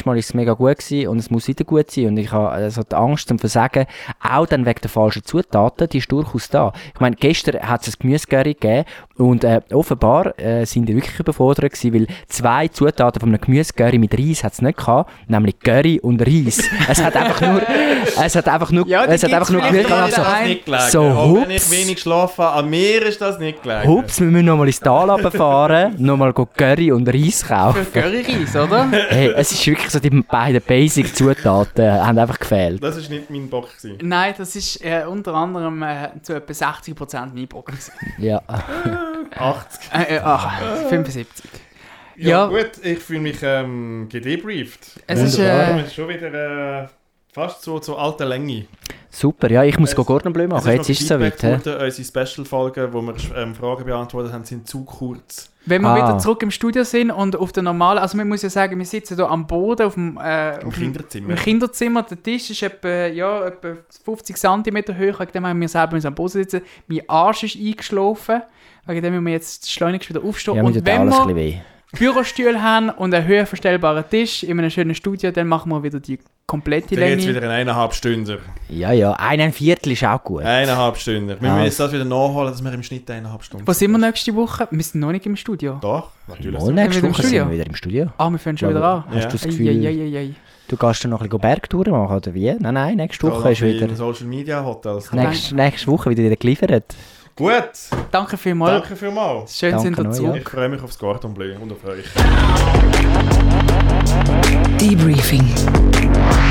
Mal ist es mega gut gewesen und es muss wieder gut sein und ich habe also die Angst zum Versagen, auch dann wegen der falschen Zutaten, die ist durchaus da. Ich meine, gestern hat es ein Gemüsegurry gegeben und offenbar sind die wirklich überfordert gewesen, weil 2 Zutaten von einem Gemüsegurry mit Reis hat es nicht gehabt, nämlich Curry und Reis. Es hat einfach nur Gemüse gehabt. So, auch wenn ich wenig schlafe, an mir ist das nicht gelegen. Hups, wir müssen nochmal ins Tal runterfahren, nochmal Curry und Reis kaufen. Für Curry-Reis, oder? Hey, es ist wirklich so, die beiden Basic-Zutaten haben einfach gefehlt. Das war nicht mein Bock gewesen. Nein, das ist unter anderem zu etwa 60% mein Bock gewesen. Ja. 80. 75. Ja, gut, ich fühle mich gedebrieft. Es ist schon wieder fast so zur alten Länge. Super, ja, ich muss Gordon Bleu machen, jetzt ist es soweit. Unsere Special-Folgen, wo wir Fragen beantwortet haben, sind zu kurz. Wenn wir wieder zurück im Studio sind und auf der normalen, also man muss ja sagen, wir sitzen hier am Boden auf dem Kinderzimmer. Der Tisch ist etwa 50 cm hoch, wegen dem haben wir selber am Boden sitzen. Mein Arsch ist eingeschlafen, wegen dem müssen wir jetzt schleunigst wieder aufstehen. Ja, und wenn wir Bürostühle haben und einen höhenverstellbaren Tisch in einem schönen Studio, dann machen wir wieder die komplette Länge. Jetzt wieder in 1,5 Stunden. Ja, 1,25 ist auch gut. 1,5 Stunden. Wir müssen jetzt das wieder nachholen, dass wir im Schnitt 1,5 Stunden Wo sind wir nächste Woche? Wir sind noch nicht im Studio. Doch, natürlich. Nächste Woche sind wir wieder im Studio. Wir fangen schon wieder an. Hast du das Gefühl, du gehst dann noch ein bisschen Bergtouren machen, oder wie? Nein, nächste Woche ist wieder... Social Media Hotels. Nächste Woche wieder geliefert. Gut. Danke vielmals. Schön sind ihr zurück. Ich freue mich aufs Gordon Bleu und auf euch. Debriefing.